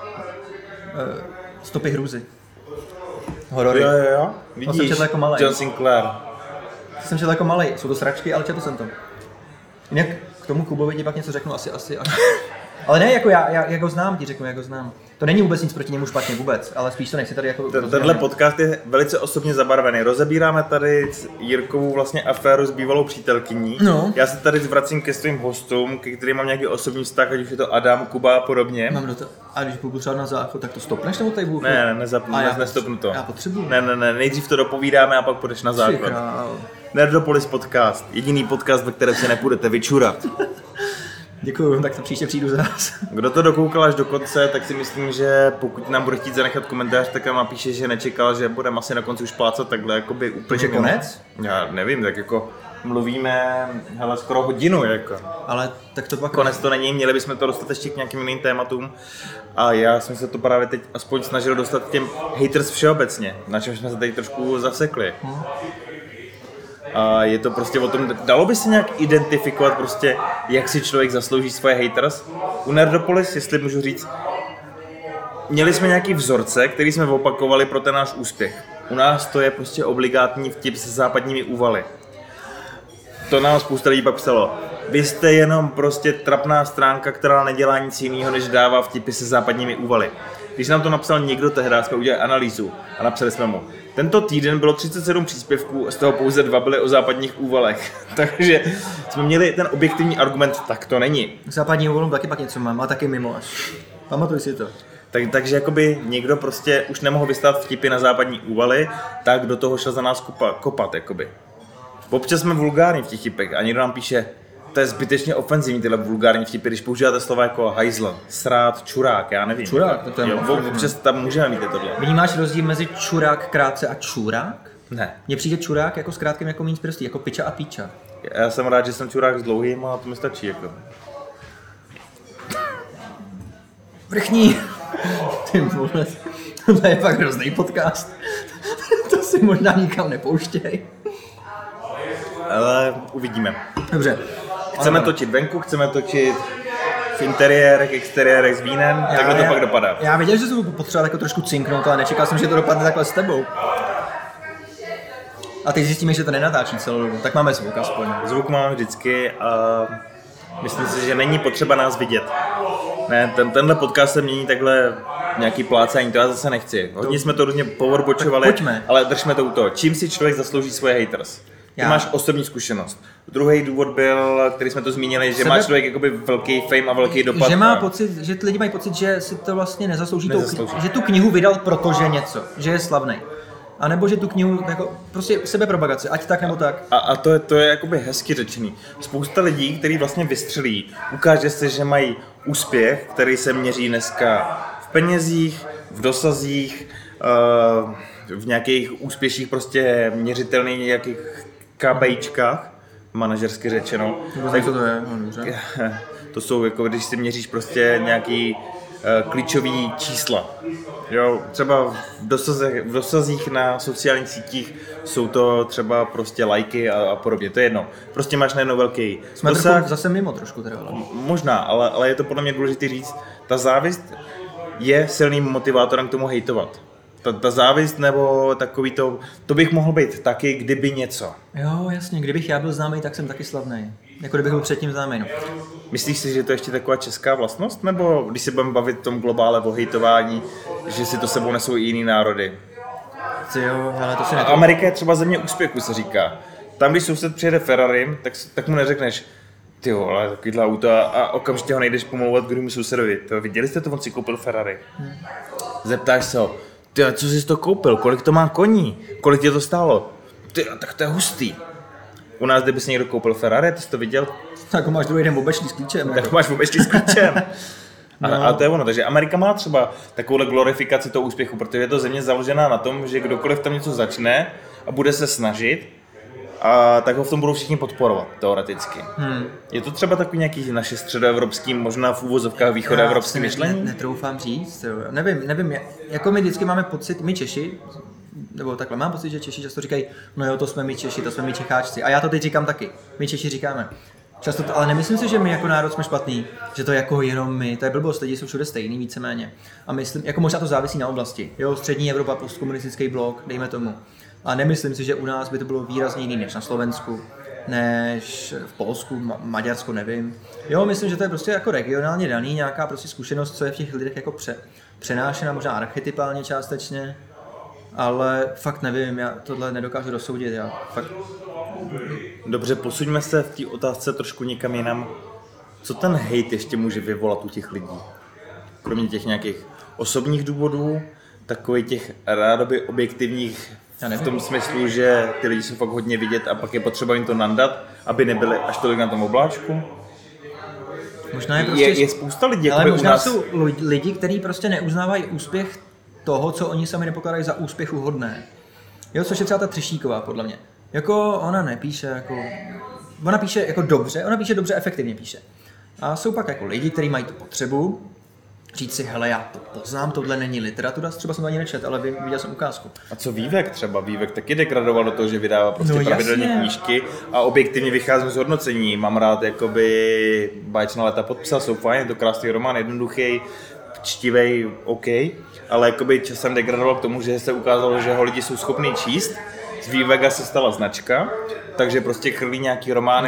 Stopy hrůzy. Horory. Jo. Vidíš, jsem četl jako malej. John Sinclair. Jsem četl jako malej, jsou to sračky, ale četl jsem to. Jinak k tomu Kubovi ti pak něco řeknu asi. Ale ne, jako já ho znám, jak ho znám. To není vůbec nic proti němu špatně vůbec, ale spíš to nechci tady jako... Tenhle podcast je velice osobně zabarvený. Rozebíráme tady Jirkovou vlastně aféru s bývalou přítelkyní. No. Já se tady zvracím ke svým hostům, ke kterým mám nějaký osobní vztah, ať už je to Adam, Kuba a podobně. Mám do toho. A když budu třeba na záchod, tak to stopneš nebo tady budu? Ne, nestopnu to. Já potřebuju. Ne, nejdřív to dopovídáme a pak půjdeš na záchod. Nerdopolis podcast, jediný podcast, ve kterém se nepůjdete vyčurat. Děkuju, tak to příště přijdu za vás. Kdo to dokoukal až do konce, tak si myslím, že pokud nám bude chtít zanechat komentář, tak nám napíše, že nečekal, že budeme asi na konci už plácat takhle jakoby úplně... Takže konec? Já nevím, tak jako mluvíme, hele, skoro hodinu jako. Ale tak to pak... Konec to není, měli bychom to dostat ještě k nějakým jiným tématům. A já jsem se to právě teď aspoň snažil dostat k těm haters všeobecně, na čem jsme se tady trošku zasekli. A je to prostě o tom, dalo by se nějak identifikovat prostě, jak si člověk zaslouží svoje haters? U Nerdopolis, jestli můžu říct, měli jsme nějaký vzorce, který jsme opakovali pro ten náš úspěch. U nás to je prostě obligátní vtip se západními úvaly. To nám spousta lidí pak psalo. Vy jste jenom prostě trapná stránka, která nedělá nic jiného, než dává vtipy se západními úvaly. Když nám to napsal někdo tehdy, jsme udělali analýzu a napsali jsme mu. Tento týden bylo 37 příspěvků, z toho pouze 2 byly o západních úvalech. Takže jsme měli ten objektivní argument, tak to není. Západní úvalům taky pak něco mám, a taky mimo až. Pamatuj si to. Takže jakoby někdo prostě už nemohl vystát vtipy na západní úvaly, tak do toho šel za nás kopat jakoby. Občas jsme vulgární v těch vtipech a někdo nám píše, to je zbytečně ofenzivní tyhle vulgární vtipy, když používáte slova jako hajzl, srát, čurák, já nevím. Čurák, to je občas tam můžeme mít tohle. Vnímáš rozdíl mezi čurák krátce a čurák? Ne. Mně přijde čurák jako s krátkým jako méně prstí, jako piča a píča. Já jsem rád, že jsem čurák s dlouhým a to mi stačí jako. Vrchní. Ty vole, to je fakt hrozný podcast. To si možná nikam nepouštěj. Ale uvidíme. Dobře. Chceme točit venku, chceme točit v interiérech, exteriérech s vínem, takhle to pak dopadá. Já věděl, že se budu potřebovat jako trošku cinknout, ale nečekal jsem, že to dopadne takhle s tebou. A teď zjistíme, že to nenatáčí celou dobu, tak máme zvuk aspoň. Zvuk máme vždycky a myslím si, že není potřeba nás vidět. Ne, tenhle podcast se mění takhle nějaký plácání, to já zase nechci. Hodně jsme to různě povorbočovali, ale držme to u toho. Čím si člověk zaslouží svoje haters? Ty máš osobní zkušenost. Druhý důvod byl, který jsme to zmínili, že má člověk jakoby velký fame a velký dopad. Že má pocit, že lidi mají pocit, že si to vlastně nezaslouží. Že tu knihu vydal protože něco, že je slavný. A nebo že tu knihu jako prostě sebepropagace, ať tak nebo tak. A to je jakoby hezky řečený. Spousta lidí, kteří vlastně vystřelí, ukáže se, že mají úspěch, který se měří dneska v penězích, v dosazích, v nějakých úspěších prostě měřitelných nějakých KPIčkách, manažersky řečeno. Tak to je, no, dobře. To jsou jako, když si měříš prostě nějaký klíčový čísla. Jo, třeba v dosazích na sociálních sítích jsou to třeba prostě lajky a podobně, to je jedno. Prostě máš najednou velký dosah. Zase mimo trošku teda. Možná, ale je to podle mě důležité říct, ta závist je silným motivátorem k tomu hejtovat. Ta závist nebo takový to bych mohl být taky, kdyby něco. Jo, jasně, kdybych já byl známý, tak jsem taky slavný. Jako kdybych byl předtím známý, no. Myslíš si, že to je ještě taková česká vlastnost? Nebo když se budeme bavit v tom globále o hejtování, že si to sebou nesou i jiný národy? Jo, ale to si Amerika je třeba země úspěchu, se říká. Tam, když soused přijede Ferrari, tak mu neřekneš, ty ale takovýhle auto a okamžitě ho nejdeš pomlouvat k druhému sousedovi. Viděli jste to, on si koupil Ferrari. Zeptáš se ho, ty, co jsi to koupil, kolik to má koní, kolik tě to stálo? Ty, tak to je hustý. U nás, kdyby si někdo koupil Ferrari, ty jsi to viděl? Tak máš druhý den obešlý s klíčem. Tak máš obešlý s klíčem. A to je ono, takže Amerika má třeba takovou glorifikaci toho úspěchu, protože je to země založená na tom, že kdokoliv tam něco začne a bude se snažit, a tak ho v tom budou všichni podporovat, teoreticky. Je to třeba takový nějaký naše středoevropský, možná v úvozovkách východoevropský myšlení? Netroufám říct, jo. Nevím, jako my vždycky máme pocit, my Češi, nebo takhle, mám pocit, že Češi často říkají, no jo, to jsme my Češi, to jsme my Čecháčci. A já to teď říkám taky, my Češi říkáme. Často ale nemyslím si, že my jako národ jsme špatný, že to je jako jenom my, to je blbost, lidi jsou všude stejný, víceméně. A myslím, jako možná to závisí na oblasti, jo, střední Evropa, postkomunistický blok, dejme tomu. A nemyslím si, že u nás by to bylo výrazně jiný než na Slovensku, než v Polsku, Maďarsku, nevím. Jo, myslím, že to je prostě jako regionálně daný, nějaká prostě zkušenost, co je v těch lidech jako přenášena, možná archetypálně částečně, ale fakt nevím, já tohle nedokážu rozsoudit, já fakt... Dobře, posuňme se v té otázce trošku někam jinam. Co ten hejt ještě může vyvolat u těch lidí? Kromě těch nějakých osobních důvodů, takových těch rádoby objektivních v tom smyslu, že ty lidi jsou fakt hodně vidět a pak je potřeba jim to nandat, aby nebyli až tolik na tom obláčku? Možná je prostě... Je spousta lidí, ale jako možná u nás... jsou lidi, kteří prostě neuznávají úspěch toho, co oni sami nepokládají za úspěchuhodné. Jo, což je třeba ta Třešíková, podle mě. Jako ona nepíše jako... Ona píše jako dobře, ona píše dobře, efektivně píše. A jsou pak jako lidi, kteří mají tu potřebu říct si, hele, já to poznám, tohle není literatura, třeba jsem to ani nečet, ale viděl jsem ukázku. A co Vývek třeba? Vývek taky degradoval do toho, že vydává prostě pravidelně knížky a objektivně vycházím z hodnocení. Mám rád jakoby Báječná léta pod psa, jsou fajn, je to krásný román, jednoduchý, čtivej, OK, ale jakoby časem degradoval k tomu, že se ukázalo, že ho lidi jsou schopní číst. Z Vývega se stala značka, takže prostě chrlí nějaký romány,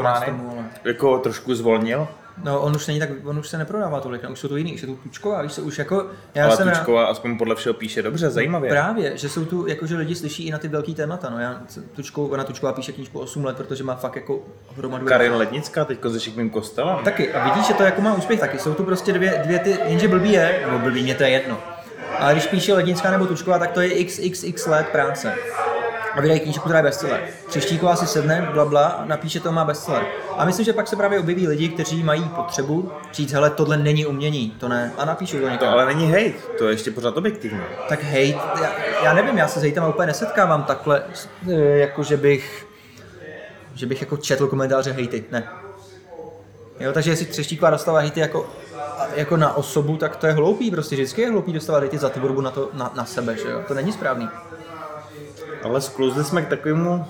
jako trošku zvolnil. No, on už se neprodává tolik, už jsou to jiný, už je tu Tučková, víš co, už jako... Ale Tučková aspoň podle všeho píše dobře, zajímavě. Právě, že jsou tu, jakože lidi slyší i na ty velký témata, no ona Tučková píše knížku 8 let, protože má fakt jako hromadu... Karin Lednická teďko se Šikmým kostelem. Taky, a vidíš, že to jako má úspěch taky, jsou tu prostě dvě ty, jenže blbý mě to je jedno. Ale když píše Lednická nebo Tučková, tak to je xxx let práce. A vydají knížku, která je bestseller. Třeštíková si sedne, blabla, a napíše to, má bestseller. A myslím, že pak se právě objeví lidi, kteří mají potřebu říct, hele, tohle není umění, to ne, a napíšu to někam. To ale není hejt, to je ještě pořád objektivní. Tak hejt, já nevím, já se s hejtem úplně nesetkávám takhle, jako že bych jako četl komentáře hejty, ne. Jo, takže jestli Třeštíková dostává hejty jako na osobu, tak to je hloupý, prostě vždycky je hloupý dostávat hejty za tvorbu na sebe, že jo, to není správný. Ale sklouzli jsme k takovému,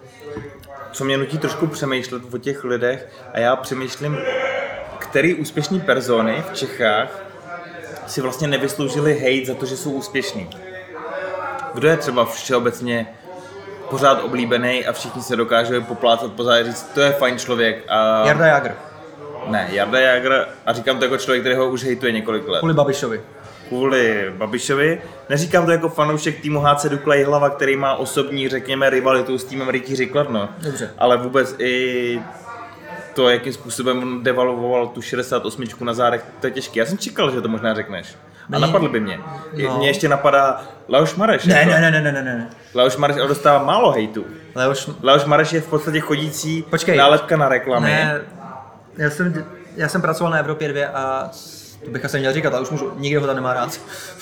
co mě nutí trošku přemýšlet o těch lidech a já přemýšlím, který úspěšní persony v Čechách si vlastně nevysloužili hejt za to, že jsou úspěšní. Kdo je třeba všeobecně pořád oblíbený a všichni se dokážou poplácat po zádi říct, to je fajn člověk a... Jarda Jágr. Ne, Jarda Jágr a říkám to jako člověk, který ho už hejtuje několik let. Kvůli Babišovi. Neříkám to jako fanoušek týmu HC Dukla Jihlava, který má osobní, řekněme, rivalitu s týmem Rytíři Kladno. Dobře. Ale vůbec i to, jakým způsobem on devalvoval tu 68 na zádech, to je těžké. Já jsem čekal, že to možná řekneš. A napadl by mě. No. Mě ještě napadá Leoš Mareš. Ne. Leoš Mareš ale dostává málo hejtu. Leoš Mareš je v podstatě chodící nálepka na reklamy. Ne, já jsem pracoval na Evropě 2 a to bych asi měl říkat, ale už můžu, nikdo ho tam nemá rád.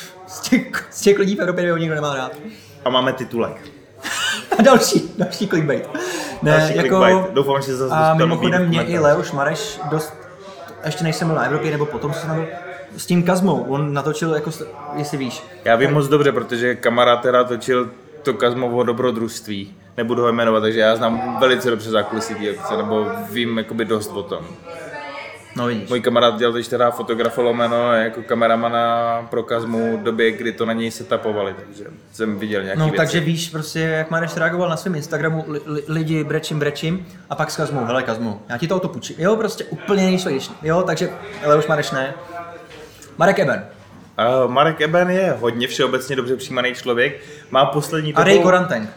Z těch lidí v Evropě 2 ho nikdo nemá rád. A máme titulek. A další clickbait. Ne, jako, clickbait. Doufám, že zase a mimochodem mě i Leoš Mareš dost, ještě než jsem byl na Evropě, nebo potom jsem byl, s tím Kazmou, on natočil, jako, jestli víš. Já vím moc dobře, protože kamarád teda točil to Kazmovo dobrodružství. Nebudu ho jmenovat, takže já znám velice dobře zákulisí té akce, nebo vím jakoby dost o tom. No vidíš. Můj kamarád dělal teď teda fotografa lomeno jako kameramana pro Kazmu v době, kdy to na něj setapovali, takže jsem viděl nějaký věci. Takže víš prostě, jak Mareš reagoval na svém Instagramu, lidi brečím a pak s Kazmou, hele Kazmu, já ti to auto půjčím. Jo, prostě úplně nejsložitější. Jo, takže, ale už Mareš ne. Marek Eben. Marek Eben je hodně všeobecně dobře přijímaný člověk, má poslední A Ray Koranteng.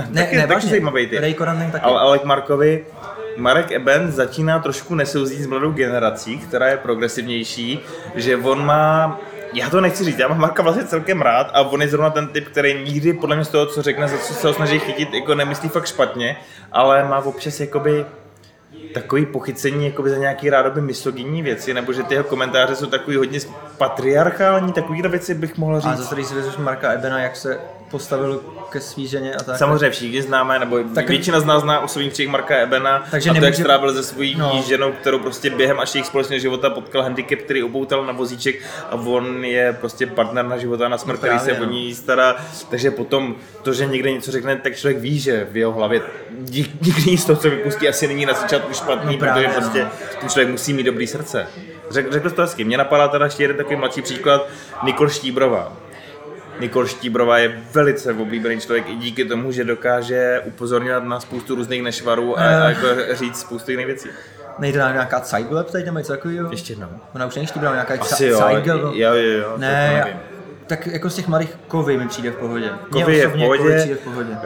taky zajímavý ty. Ray Koranteng taky. Ale k Markovi, Marek Eben začíná trošku nesouzít s mladou generací, která je progresivnější, že on má, já to nechci říct, já mám Marka vlastně celkem rád a on je zrovna ten typ, který nikdy podle mě z toho, co řekne, za co se ho snaží chytit, jako nemyslí fakt špatně, ale má občas jakoby takový pochycení jakoby za nějaký rádoby misogynní věci, nebo že ty jeho komentáře jsou takový hodně patriarchální, takovýhle věci bych mohl říct. A zase, když si vezmeš Marka Ebena, jak se postavil ke svý ženě a tak. Samozřejmě všichni známe, nebo tak většina z nás zná osobní příběh Marka Ebena, takže a to nemůže... jak strávil se svojí ženou, kterou prostě během až jejich společného života potkal handicap, který opoutal na vozíček a on je prostě partner na života a na smrt, který se o ní stará. Takže potom to, že někde něco řekne, tak člověk ví, že v jeho hlavě nikdy nic z toho, co vypustí, asi není na začátku špatný, protože prostě ten člověk musí mít dobrý srdce. Řekl to hezky. Mně napadá teda ještě jeden takový mladší příklad, Nikol Štíbrová. Nikol Štíbrová je velice oblíbený člověk i díky tomu, že dokáže upozorňovat na spoustu různých nešvarů a jako říct spoustu jiných věcí. Nejde na nějaká Zeitgelb teď nebo něco takového? Ještě jednou. Ona už není Štíbrová, nějaká Zeitgelb. Jo, ne, tak jako z těch mladých Kovy mi přijde v pohodě. Kovy je v pohodě.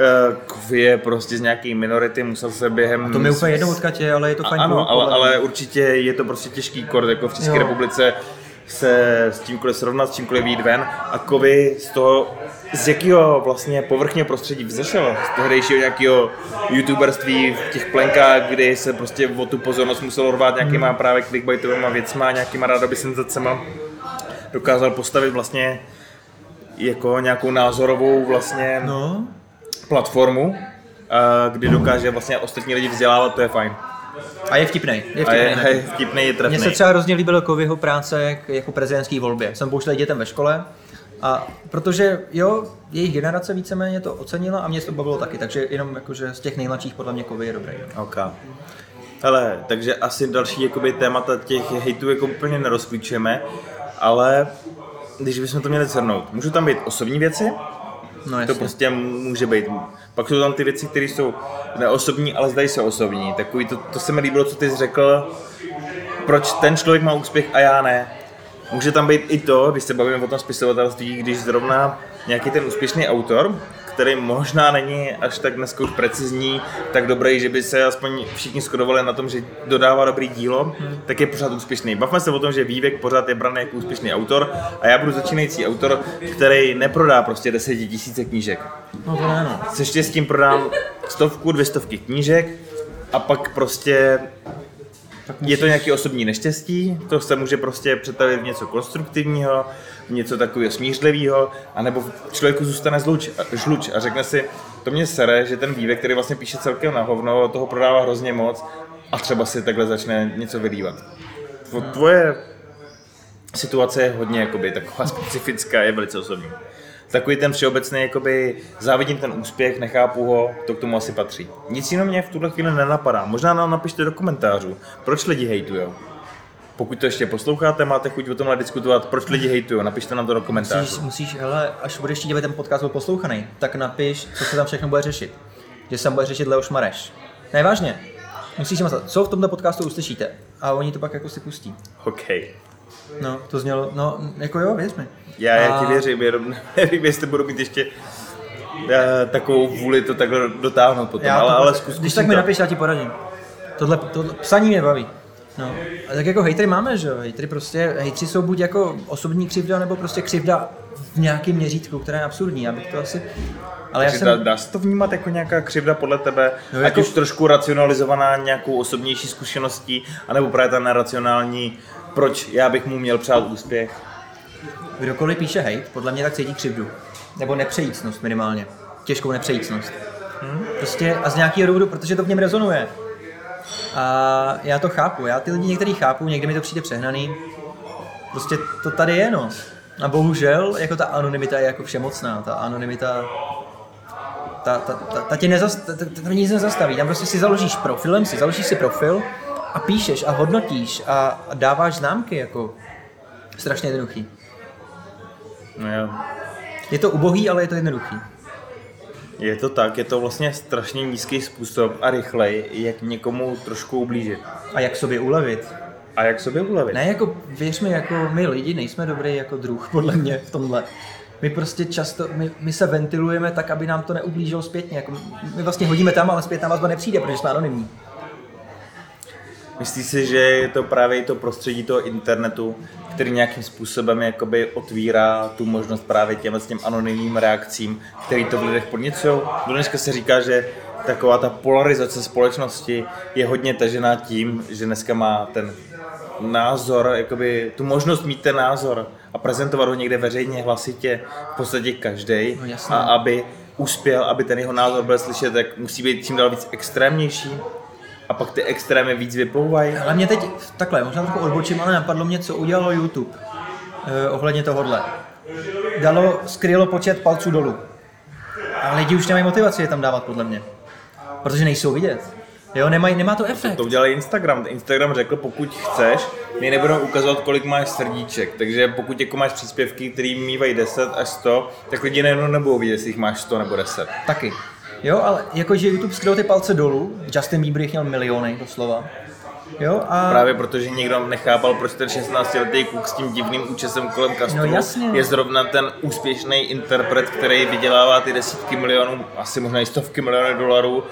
Kovy je prostě z nějaký minority, musel se během... A to mi úplně jednou odkatě, ale je to fajn. Ano, ale určitě je to prostě těžký kord, jako v České republice se s tímkoliv srovnat, s čímkoliv vyjít ven a Kovy z toho, z jakého vlastně povrchního prostředí vzešel, z tehdejšího nějakého youtuberství v těch plenkách, kdy se prostě o tu pozornost muselo rvát nějakýma právě clickbaitovýma věcma, nějakýma rádoby senzacema, dokázal postavit vlastně jako nějakou názorovou vlastně platformu, kdy dokáže vlastně ostatní lidi vzdělávat, to je fajn. A je vtipnej. Je vtipnej, je trefnej. Mně se třeba hrozně líbilo Kovyho práce jako prezidentský volbě. Jsem pouštěl dětem ve škole, a protože jejich generace víceméně to ocenila a mě to bavilo taky, takže jenom jakože z těch nejmladších podle mě Kovy je dobrý. OK. Hele, takže asi další jakoby témata těch hejtů jako úplně nerozklíčujeme, ale když bychom to měli shrnout, můžou tam být osobní věci, to prostě může být. Pak jsou tam ty věci, které jsou neosobní, ale zdají se osobní. Takový to se mi líbilo, co ty jsi řekl, proč ten člověk má úspěch a já ne. Může tam být i to, když se bavíme o tom spisovatelství, když zrovna nějaký ten úspěšný autor, který možná není až tak dneska už precizní, tak dobrý, že by se aspoň všichni shodovali na tom, že dodává dobrý dílo, tak je pořád úspěšný. Bavme se o tom, že Vývek pořád je braný jako úspěšný autor a já budu začínající autor, který neprodá prostě 10 000 knížek. No to ne, no. Se štěstím prodám 100, 200 knížek a pak prostě je to nějaké osobní neštěstí, to se může prostě přetavit v něco konstruktivního, něco takového smířlivého, anebo člověku zůstane žluč a řekne si, to mě sere, že ten Vývek, který vlastně píše celkem na hovno, toho prodává hrozně moc a třeba si takhle začne něco vylívat. Tvoje situace je hodně jakoby, taková specifická, je velice osobní. Takový ten všeobecný, jakoby, závidím ten úspěch, nechápu ho, to k tomu asi patří. Nic jiného mě v tuhle chvíli nenapadá. Možná nám napište do komentářů, proč lidi hejtujou. Pokud to ještě posloucháte, máte chuť o tomhle diskutovat, proč lidi hejtujou, napište nám to do komentářů. Musíš, hele, až budeš chtít ten podcast poslouchaný, tak napiš, co se tam všechno bude řešit. Že se tam bude řešit Leoš Mareš. Ne, vážně. Musíš si myslet, co v tomto podcastu uslyšíte. A oni to pak jako si pustí. OK. No, to znělo, jako jo, věř mi. Já ti věřím, jenom nevím, jestli budu mít ještě takovou vůli to takhle dotáhnout potom, ale zkus. Když tak mi napiš, já ti poradím. Tohle psaní mě baví. No, a tak jako hejtry máme, že jo, hejtři jsou buď jako osobní křivda, nebo prostě křivda v nějakém měřítku, která je absurdní, abych to asi... Ale dá se to vnímat jako nějaká křivda podle tebe, ať jako... už trošku racionalizovaná nějakou osobnější zkušeností, anebo právě ta neracionální, proč já bych mu měl přát úspěch? Kdokoliv píše hejt, podle mě tak cítí křivdu. Nebo nepřejícnost minimálně. Těžkou nepřejícnost. Prostě a z nějakého důvodu, protože to v něm rezonuje. A já to chápu, já ty lidi některý chápu, někdy mi to přijde přehnaný. Prostě to tady je, no. A bohužel, jako ta anonymita je jako všemocná, ta anonymita, ta tě nic nezastaví, tam prostě si založíš profil a píšeš a hodnotíš a dáváš známky, jako strašně jednoduchý. No jo. Je to ubohý, ale je to jednoduchý. Je to tak, je to vlastně strašně nízký způsob a rychlej, jak někomu trošku ublížit. A jak sobě ulevit. A jak sobě ulevit? Ne, jako věř mi, jako my lidi nejsme dobrý jako druh, podle mě v tomhle. My prostě často, my se ventilujeme tak, aby nám to neublížilo zpětně. Jako my vlastně hodíme tam, ale zpětná vazba nepřijde, protože jsme anonymní. Myslíš si, že je to právě to prostředí toho internetu, který nějakým způsobem jakoby otvírá tu možnost právě těm anonymním reakcím, který to v lidech podněcují? Dneska se říká, že taková ta polarizace společnosti je hodně tažená tím, že dneska má ten názor, jakoby tu možnost mít ten názor a prezentovat ho někde veřejně, hlasitě, v podstatě každej. No, jasně. A aby uspěl, aby ten jeho názor byl slyšet, tak musí být čím dál víc extrémnější. A pak ty extrémy víc vyplouvají. Ale mě teď, takhle, možná trochu odbočím, ale napadlo mě, co udělalo YouTube ohledně tohodle. Skrylo počet palců dolů. A lidi už nemají motivaci je tam dávat, podle mě. Protože nejsou vidět. Jo, nemá to efekt. To udělal Instagram. Instagram řekl, pokud chceš, my nebudeme ukazovat, kolik máš srdíček. Takže pokud jako máš příspěvky, které mývají 10 až 100, tak lidi nejenom nebudou vidět, jestli jich máš 100 nebo 10. Taky. Jo, ale jakože YouTube skryl ty palce dolů, Justin Bieber jich měl miliony, doslova. Jo, a... Právě protože někdo nechápal, proč ten 16letý kluk s tím divným účesem kolem kastru je zrovna ten úspěšný interpret, který vydělává ty desítky milionů, asi možná i stovky milionů dolarů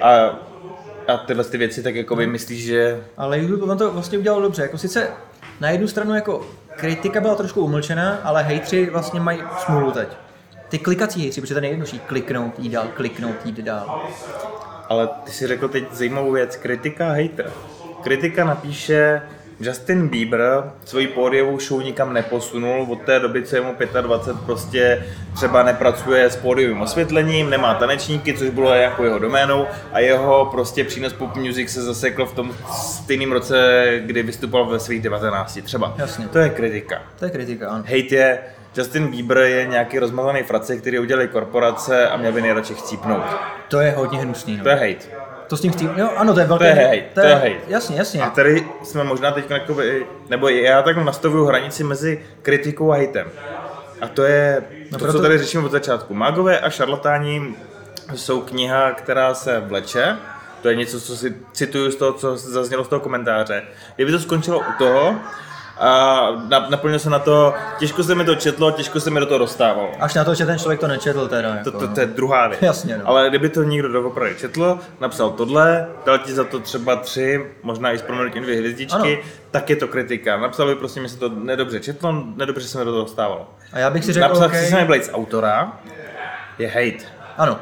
a tyhle ty věci, tak jako myslíš, že... Ale YouTube on to vlastně udělal dobře, jako sice na jednu stranu jako kritika byla trošku umlčená, ale hejtři vlastně mají smůlu teď. Ty klikací hejtři, protože to je nejjednodušší, kliknout, jít dál. Ale ty si řekl teď zajímavou věc, kritika a hejter. Kritika napíše, Justin Bieber svoji pódiovou show nikam neposunul, od té doby, co je mu 25, prostě třeba nepracuje s pódiovým osvětlením, nemá tanečníky, což bylo jako jeho doménou a jeho prostě přínos pop music se zasekl v tom stejném roce, kdy vystupoval ve svých 19 třeba. Jasně. To je kritika. To je kritika, ano. Hejt je, Justin Bieber je nějaký rozmazaný frace, který udělali korporace a měl by nejradši chcípnout. To je hodně hnusný. No. To je hejt. To s tím jo, ano, to je velký hejt. To je hejt. Jasně. A tady jsme možná teď nebo já takhle nastavuju hranici mezi kritikou a hejtem. A to je to, co tady řešíme od začátku. Mágové a šarlatáni jsou kniha, která se vleče. To je něco, co si cituju z toho, co zaznělo z toho komentáře. Kdyby to skončilo u toho, a naplnil se na to, těžko se mi to četlo, těžko se mi do toho dostávalo. Až na to, že ten člověk to nečetl teda. Jako, to je druhá věc. Jasně, no. Ale kdyby to někdo doopravdy četl, napsal tohle, dal ti za to třeba 3, možná i s proměnutím 2 hvězdičky, ano. Tak je to kritika. Napsal by prostě, mi se to nedobře četlo, nedobře se mi do toho dostávalo. A já bych si řekl, napsal si mi Blade z autora, je hate. Ano.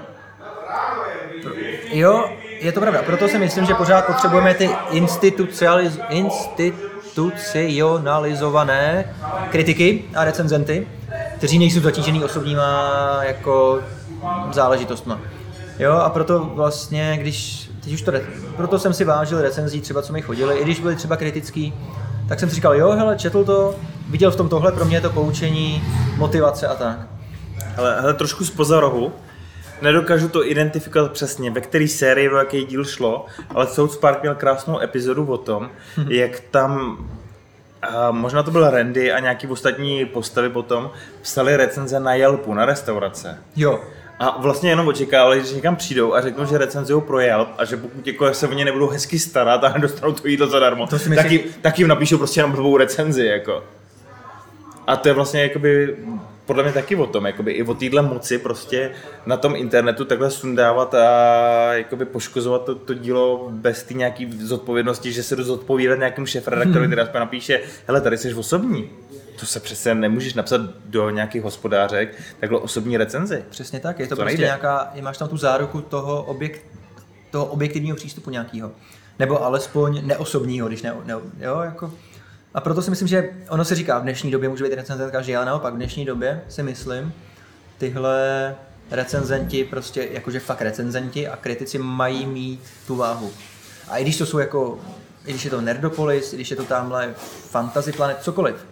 Jo, je to pravda. Proto si myslím, že pořád potřebujeme ty institucionalizované kritiky a recenzenty, kteří nejsou zatížený osobníma jako záležitostma. Jo, a proto vlastně, proto jsem si vážil recenzí třeba, co mi chodili, i když byly třeba kritický, tak jsem si říkal, jo, hele, četl to, viděl v tom tohle, pro mě je to poučení, motivace a tak. Hele, trošku zpoza rohu. Nedokážu to identifikovat přesně, ve které sérii, o jaký díl šlo, ale South Park měl krásnou epizodu o tom, jak tam, možná to byl Randy a nějaký ostatní postavy potom, psali recenze na Yelpu, na restaurace. Jo. A vlastně jenom očekávali, že někam přijdou a řeknou, že recenzují pro Yelp a že pokud jako se o ně nebudou hezky starat a nedostanou to jídlo zadarmo, tak jim napíšou prostě jenom blbou recenzi, jako. A to je vlastně jakoby podle mě taky o tom, jakoby i o téhle moci prostě na tom internetu takhle sundávat a jakoby poškozovat to dílo bez té nějaký zodpovědnosti, že se jdu zodpovídat nějakému šéfredaktorovi, který aspoň napíše, hele, tady jsi osobní. To se přece nemůžeš napsat do nějakých hospodářek, takhle osobní recenzi. Přesně tak, je to prostě nějaká, máš tam tu záruku toho objektivního přístupu nějakého. Nebo alespoň neosobního, když jo, jako. A proto si myslím, že ono se říká, v dnešní době může být recenzent každý, ale naopak v dnešní době si myslím, tyhle recenzenti, prostě jakože fakt recenzenti a kritici mají mít tu váhu. A i když to jsou jako, i když je to Nerdopolis, i když je to tamhle Fantasy Planet, cokoliv,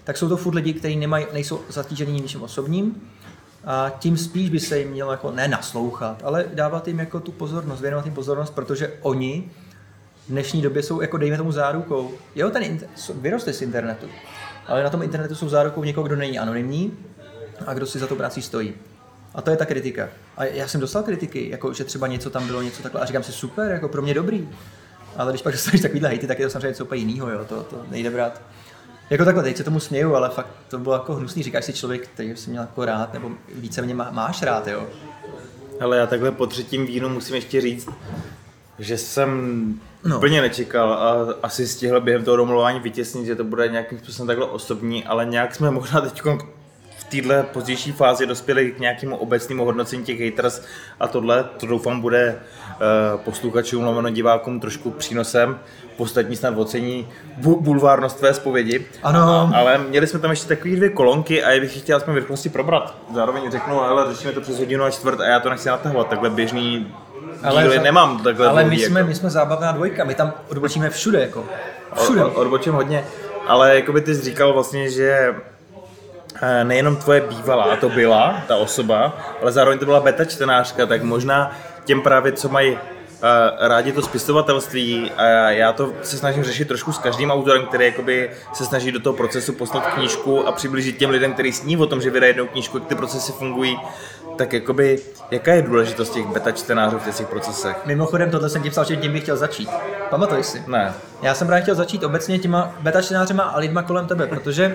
tak jsou to furt lidi, kteří nejsou zatížení ničím osobním. A tím spíš by se jim mělo jako ne naslouchat, ale dávat jim jako tu pozornost, věnovat jim pozornost, protože oni v dnešní době jsou jako dejme tomu zárukou. Jo, vyroste z internetu, ale na tom internetu jsou zárukou někoho, kdo není anonymní a kdo si za tou prací stojí. A to je ta kritika. A já jsem dostal kritiky, jako že třeba něco tam bylo, něco takhle a říkám si super, jako pro mě dobrý. Ale když pak dostaneš takovýhle hejty, tak je to samozřejmě něco úplně jiného, jo, to nejde brát. Jako takhle, teď se tomu směju, ale fakt to bylo jako hnusný, říkáš si člověk, který jsi měl jako rád, nebo více mě máš rád, jo. Ale já takhle po třetím vínu musím ještě říct, že jsem úplně nečekal a asi stihl během toho domluvání vytěsnit, že to bude nějakým způsobem takhle osobní, ale nějak jsme možná teď v téhle pozdější fázi dospěli k nějakému obecnému hodnocení těch haters a tohle, to doufám bude posluchačům, lomeno divákům trošku přínosem. Ostatní snad ocení bulvárnost tvé zpovědi. Ano. Ale měli jsme tam ještě takové 2 kolonky a já bych chtěl aspoň v rychlosti probrat. Zároveň řeknu, ale řešíme to přes 1:15 a já to nechci natahovat, takhle běžný díly nemám takhle. Ale dlouhý, my jsme zábavná dvojka, my tam odbočíme všude, jako. Všude. Odbočím hodně, ale jako by ty jsi říkal vlastně, že nejenom tvoje bývalá to byla, ta osoba, ale zároveň to byla beta čtenářka, tak možná těm právě, co mají rádi to spisovatelství a já to se snažím řešit trošku s každým autorem, který jakoby se snaží do toho procesu poslat knížku a přiblížit těm lidem, kteří sní o tom, že vydají jednou knížku, jak ty procesy fungují, tak jakoby, jaká je důležitost těch beta čtenářů v těch procesech? Mimochodem, tohle jsem ti psal, že tím bych chtěl začít. Pamatuješ si? Ne. Já jsem právě chtěl začít obecně těma beta čtenářema a lidma kolem tebe, protože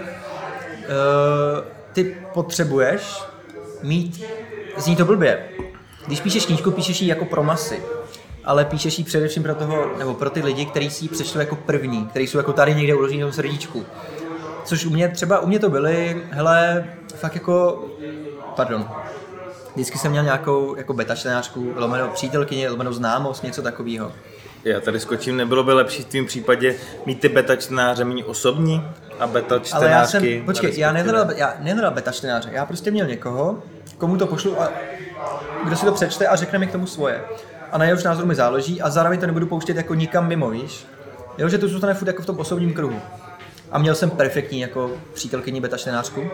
ty potřebuješ mít, zní to blbě, když píšeš knížku, píšeš ji jako pro masy, ale píšeš ji především pro toho, nebo pro ty lidi, kteří si ji přečtou jako první, kteří jsou jako tady někde uložení v tom srdíčku. Což u mě to byly, hele, fakt jako, vždycky jsem měl nějakou jako beta čtenářku, lomeno přítelkyně, lomeno známost, něco takového. Já tady skočím, nebylo by lepší v tvým případě mít ty beta čtenáře méně osobní a beta čtenářky? Já nehledal beta čtenáře, já prostě měl někoho, komu to pošlu a kdo si to přečte a řekne mi k tomu svoje. A na jehož názoru mi záleží a zároveň to nebudu pouštět jako nikam mimo, víš? Jo, že to zůstane furt jako v tom osobním kruhu. A měl jsem perfektní jako přítelkyni beta čtenářku.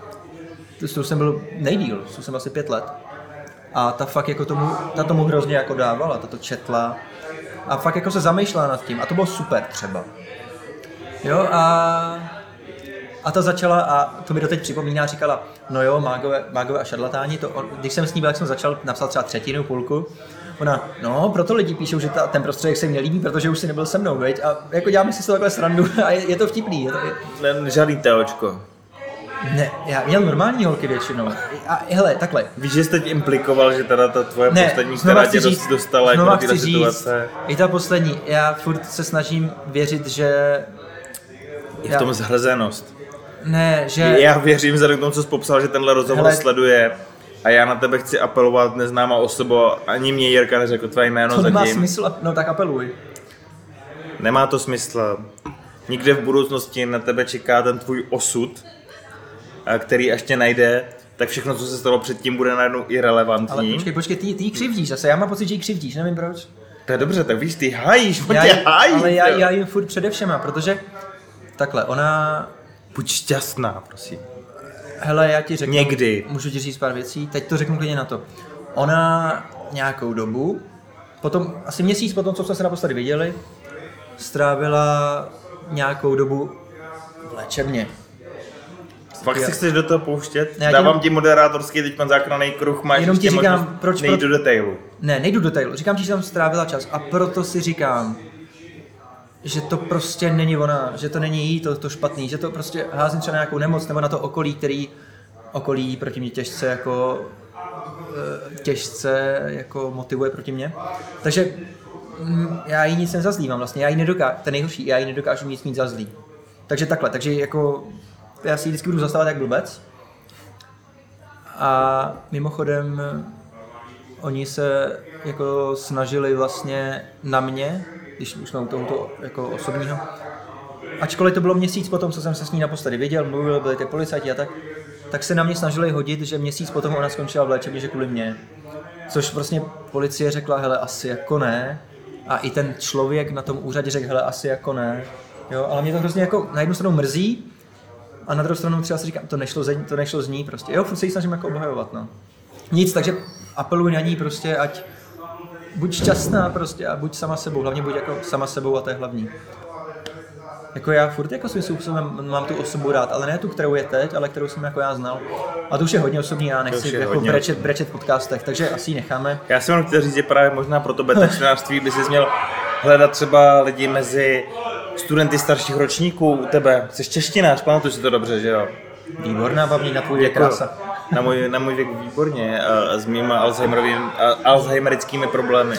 To jsem byl nejdýl, to jsem asi 5 let. A ta fakt jako tomu hrozně jako dávala, ta to četla. A fakt jako se zamýšlela nad tím a to bylo super třeba. Jo a ta začala a to mi doteď připomíná, říkala, no jo, mágové a šarlatáni, když jsem s ní byl, jak jsem začal napsat třeba 1/3, půlku, ona, no, proto lidi píšou, že ten prostředek se jim nelíbí, protože už si nebyl se mnou, veď? A jako děláme si to takhle srandu a je to vtipný. Žádný teočko. Ne, já měl normální holky většinou. A hele, takhle. Víš, že jsi teď implikoval, že teda ta tvoje poslední, která tě dostala jako do této situace? I ta poslední, já furt se snažím věřit, že... Je v tom zhrzenost. Ne, že... Já věřím, vzhledem k tomu, co jsi popsal, že tenhle rozhovor sleduje a já na tebe chci apelovat, neznámá osoba, ani mě Jirka neřekl tvé jméno zatím. To nemá smysl, no tak apeluj. Nemá to smysl. Nikde v budoucnosti na tebe čeká ten tvůj osud, který až tě najde, tak všechno, co se stalo předtím, bude najednou irelevantní. Ale počkej, ty jí křivdíš zase, já mám pocit, že jí křivdíš, nevím proč. To je dobře, tak víš, ty hájíš, ale já jim furt především, protože takhle, ona... Buď šťastná, prosím. Hele, já ti řeknu, někdy. Můžu ti říct pár věcí, teď to řeknu klidně na to. Ona nějakou dobu, potom, asi měsíc potom, co jsme se naposledy viděli, strávila nějakou dobu v léčebně. Fakt si chceš do toho pouštět? Dávám ti moderátorský teď záchranný kruh, máš jenom ještě ti říkám, možnost, proč nejdu do detailu. Ne, nejdu do detailu, říkám ti, že tam strávila čas a proto si říkám, že to prostě není ona, že to není jí to špatný, že to prostě házím třeba na nějakou nemoc nebo na to okolí proti mě těžce jako motivuje proti mě. Takže já jí nic nezazlívám vlastně, já jí nedokážu nic mít za zlý. Takže takhle, takže jako já si vždycky budu zastávat jak blbec. A mimochodem oni se jako snažili vlastně na mě, když už jsme u tohoto jako osobního, ačkoliv to bylo měsíc potom, co jsem se s ní naposledy viděl, mluvil, byli ty policajti a tak se na mě snažili hodit, že měsíc potom ona skončila v léčebně, že kvůli mě. Což vlastně policie řekla, hele, asi jako ne. A i ten člověk na tom úřadě řekl, hele, asi jako ne. Jo, ale mě to hrozně jako na jednu stranu mrzí, A na druhou stranu třeba si říkám, to nešlo z ní prostě. Jo, furt se jí snažím jako obhajovat, no. Nic, takže apeluji na ní prostě, ať buď šťastná prostě a buď sama sebou, hlavně buď jako sama sebou a to je hlavní. Jako já furt jako svým způsobem mám tu osobu rád, ale ne tu, kterou je teď, ale kterou jsem jako já znal. A to už je hodně osobní, já nechci jako brečet v podcastech, takže asi ji necháme. Já si mám chtěl říct, že právě možná pro to beta čtenářství by si měl hledat třeba lidi mezi studenty starších ročníků u tebe. Jsi češtinář, pamatuju si to dobře, že jo? Výborná, bavní, na tvůj věk krása. Na můj věk výborně a s mýma alzheimerickými problémy.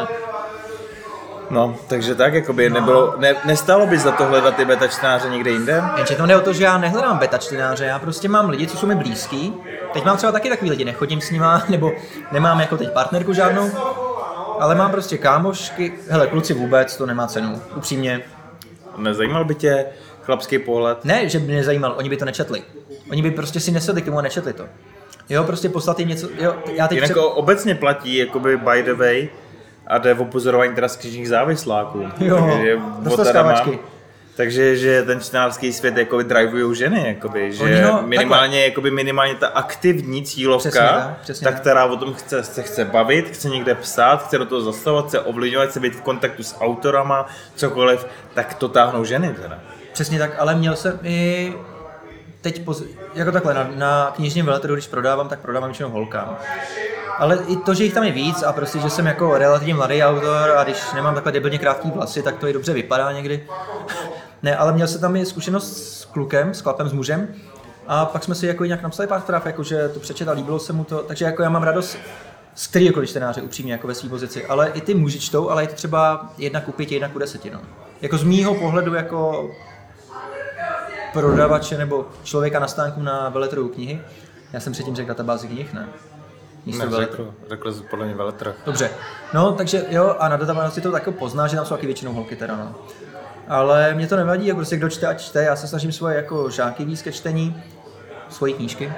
No, takže tak, jakoby nestálo by za to hledat ty beta čtenáře někde jinde? Jenže to jde o to, že já nehledám beta čtenáře, já prostě mám lidi, co jsou mi blízký. Teď mám třeba taky takový lidi, nechodím s nima, nebo nemám jako teď partnerku žádnou, ale mám prostě kámošky, hele, kluci vůbec, to nemá cenu, upřímně. Nezajímal by tě chlapský pohled? Ne, že by mě nezajímal, oni by to nečetli. Oni by prostě si nesedli k tomu a nečetli to. Jo, prostě poslat jim něco, jo, já teď jinak obecně platí, jakoby by the way, a jde o pozorování teda z křižních závisláků. Jo, dostávačky. Takže že ten čtenářský svět jakoby drivujou ženy, jakoby, že minimálně ta aktivní cílovka, přesně ta, která o tom chce bavit, chce někde psát, chce do toho zastavovat, chce ovlivňovat, chce být v kontaktu s autorama, cokoliv, tak to táhnou ženy teda. Přesně tak, ale měl jsem i teď jako takhle na knižním veletrhu, když prodávám, tak prodávám většinou holkám. Ale i to, že jich tam je víc a prostě, že jsem jako relativně mladý autor a když nemám takhle debilně krátký vlasy, tak to i dobře vypadá někdy. Ne, ale měl jsem tam i zkušenost s klukem, s chlapem, s mužem a pak jsme si jako nějak napsali pár zpráv, jakože to přečet a líbilo se mu to, takže jako já mám radost z kterýkoliv čtenáře upřímně jako ve své pozici, ale i ty muži čtou, ale je to třeba 1:5, 1:10, no. Jako z mýho pohledu jako prodavače nebo člověka na stánku na veletrhu knihy, já jsem předtím řekl databázi knih, ne? Řekl jsi podle mě veletrh. Dobře, no takže jo a na databázi to taky pozná, že tam jsou taky většinou holky teda, no. Ale mě to nevadí, jako prostě kdo čte a čte, já se snažím svoje jako žáky víc ke čtení, svoji knížky.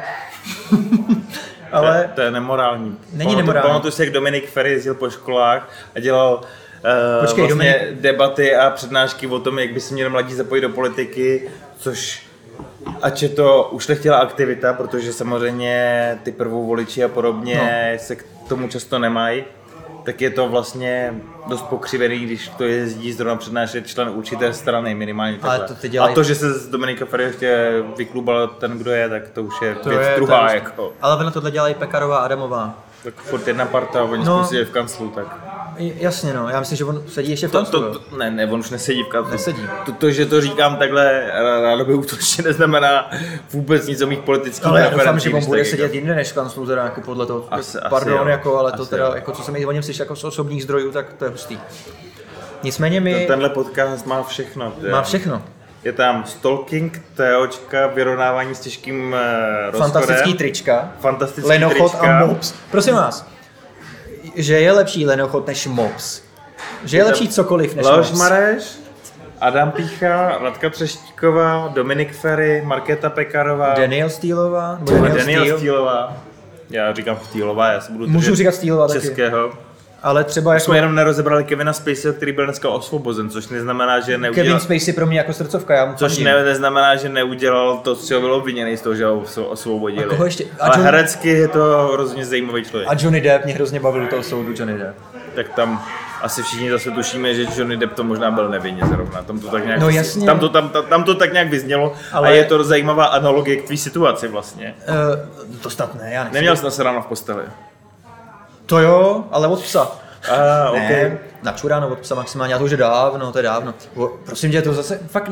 Ale to je nemorální. Není nemorální. Pamatuju si, jak Dominik Ferry jezdil po školách a dělal vlastně debaty a přednášky o tom, jak by se měli mladí zapojit do politiky, což ač je to ušlechtilá aktivita, protože samozřejmě ty prvovoliči a podobně se k tomu často nemají, tak je to vlastně dost pokřivený, když to jezdí zrovna přednášet člen určité strany, minimálně takhle. A to, že se z Dominika Ferry ještě vyklubal ten, kdo je, tak to už je věc druhá. Jako. Ale ono tohle dělají Pekarová a Adamová. Tak furt jedna parta, oni spolu sedí v kanclu, tak. Jasně no, já myslím, že on sedí ještě v kanclu. Ne, on už nesedí v kanclu. Nesedí. To, že to říkám takhle rádoby útočně, neznamená vůbec nic o mých politických preferencích. Ale já doufám, že on bude sedět jinde než v kanclu, teda jako podle toho. Pardon, jo, jako, ale to teda, jako co jsem o něm slyšel jako z osobních zdrojů, tak to je hustý. Nicméně tenhle podcast má všechno. Má všechno. Je tam stalking, TOčka, vyrovnávání s těžkým rozchodem. Fantastický trička. Fantastický Lenochod trička. A mops. Prosím vás, že je lepší lenochod než mops. Že je lepší cokoliv než Leoš mops. Mareš, Adam Pícha, Radka Třeštíková, Dominik Ferry, Markéta Pekarová. Daniel Steelová. Daniel Steelová. Já říkám Steelová, já se budu Můžu říkat Steelová českého. Taky. Ale třeba jako... Jsme jenom nerozebrali Kevina Spaceyho, který byl dneska osvobozen, což neznamená, že neudělal... Kevin Spacey pro mě jako srdcovka, já mu což neznamená, že neudělal to, co byl obviněný z toho, že ho osvobodili. A koho ještě? Ale herecky je to hrozně zajímavý člověk. A Johnny Depp mě hrozně bavil u toho soudu, Johnny Depp. Tak tam asi všichni zase tušíme, že Johnny Depp to možná byl nevinně zrovna. Tam to tak nějak, no jasně. Tam to tak nějak vyznělo, ale... a je to zajímavá analogie k tvý situaci vlastně. To snad ne, já nechci. Neměl jsi se ráno v posteli? To jo, ale od psa. Ne, okay. Načuráno od psa maximálně, a to už je dávno, to je dávno. Prosím tě, to zase fakt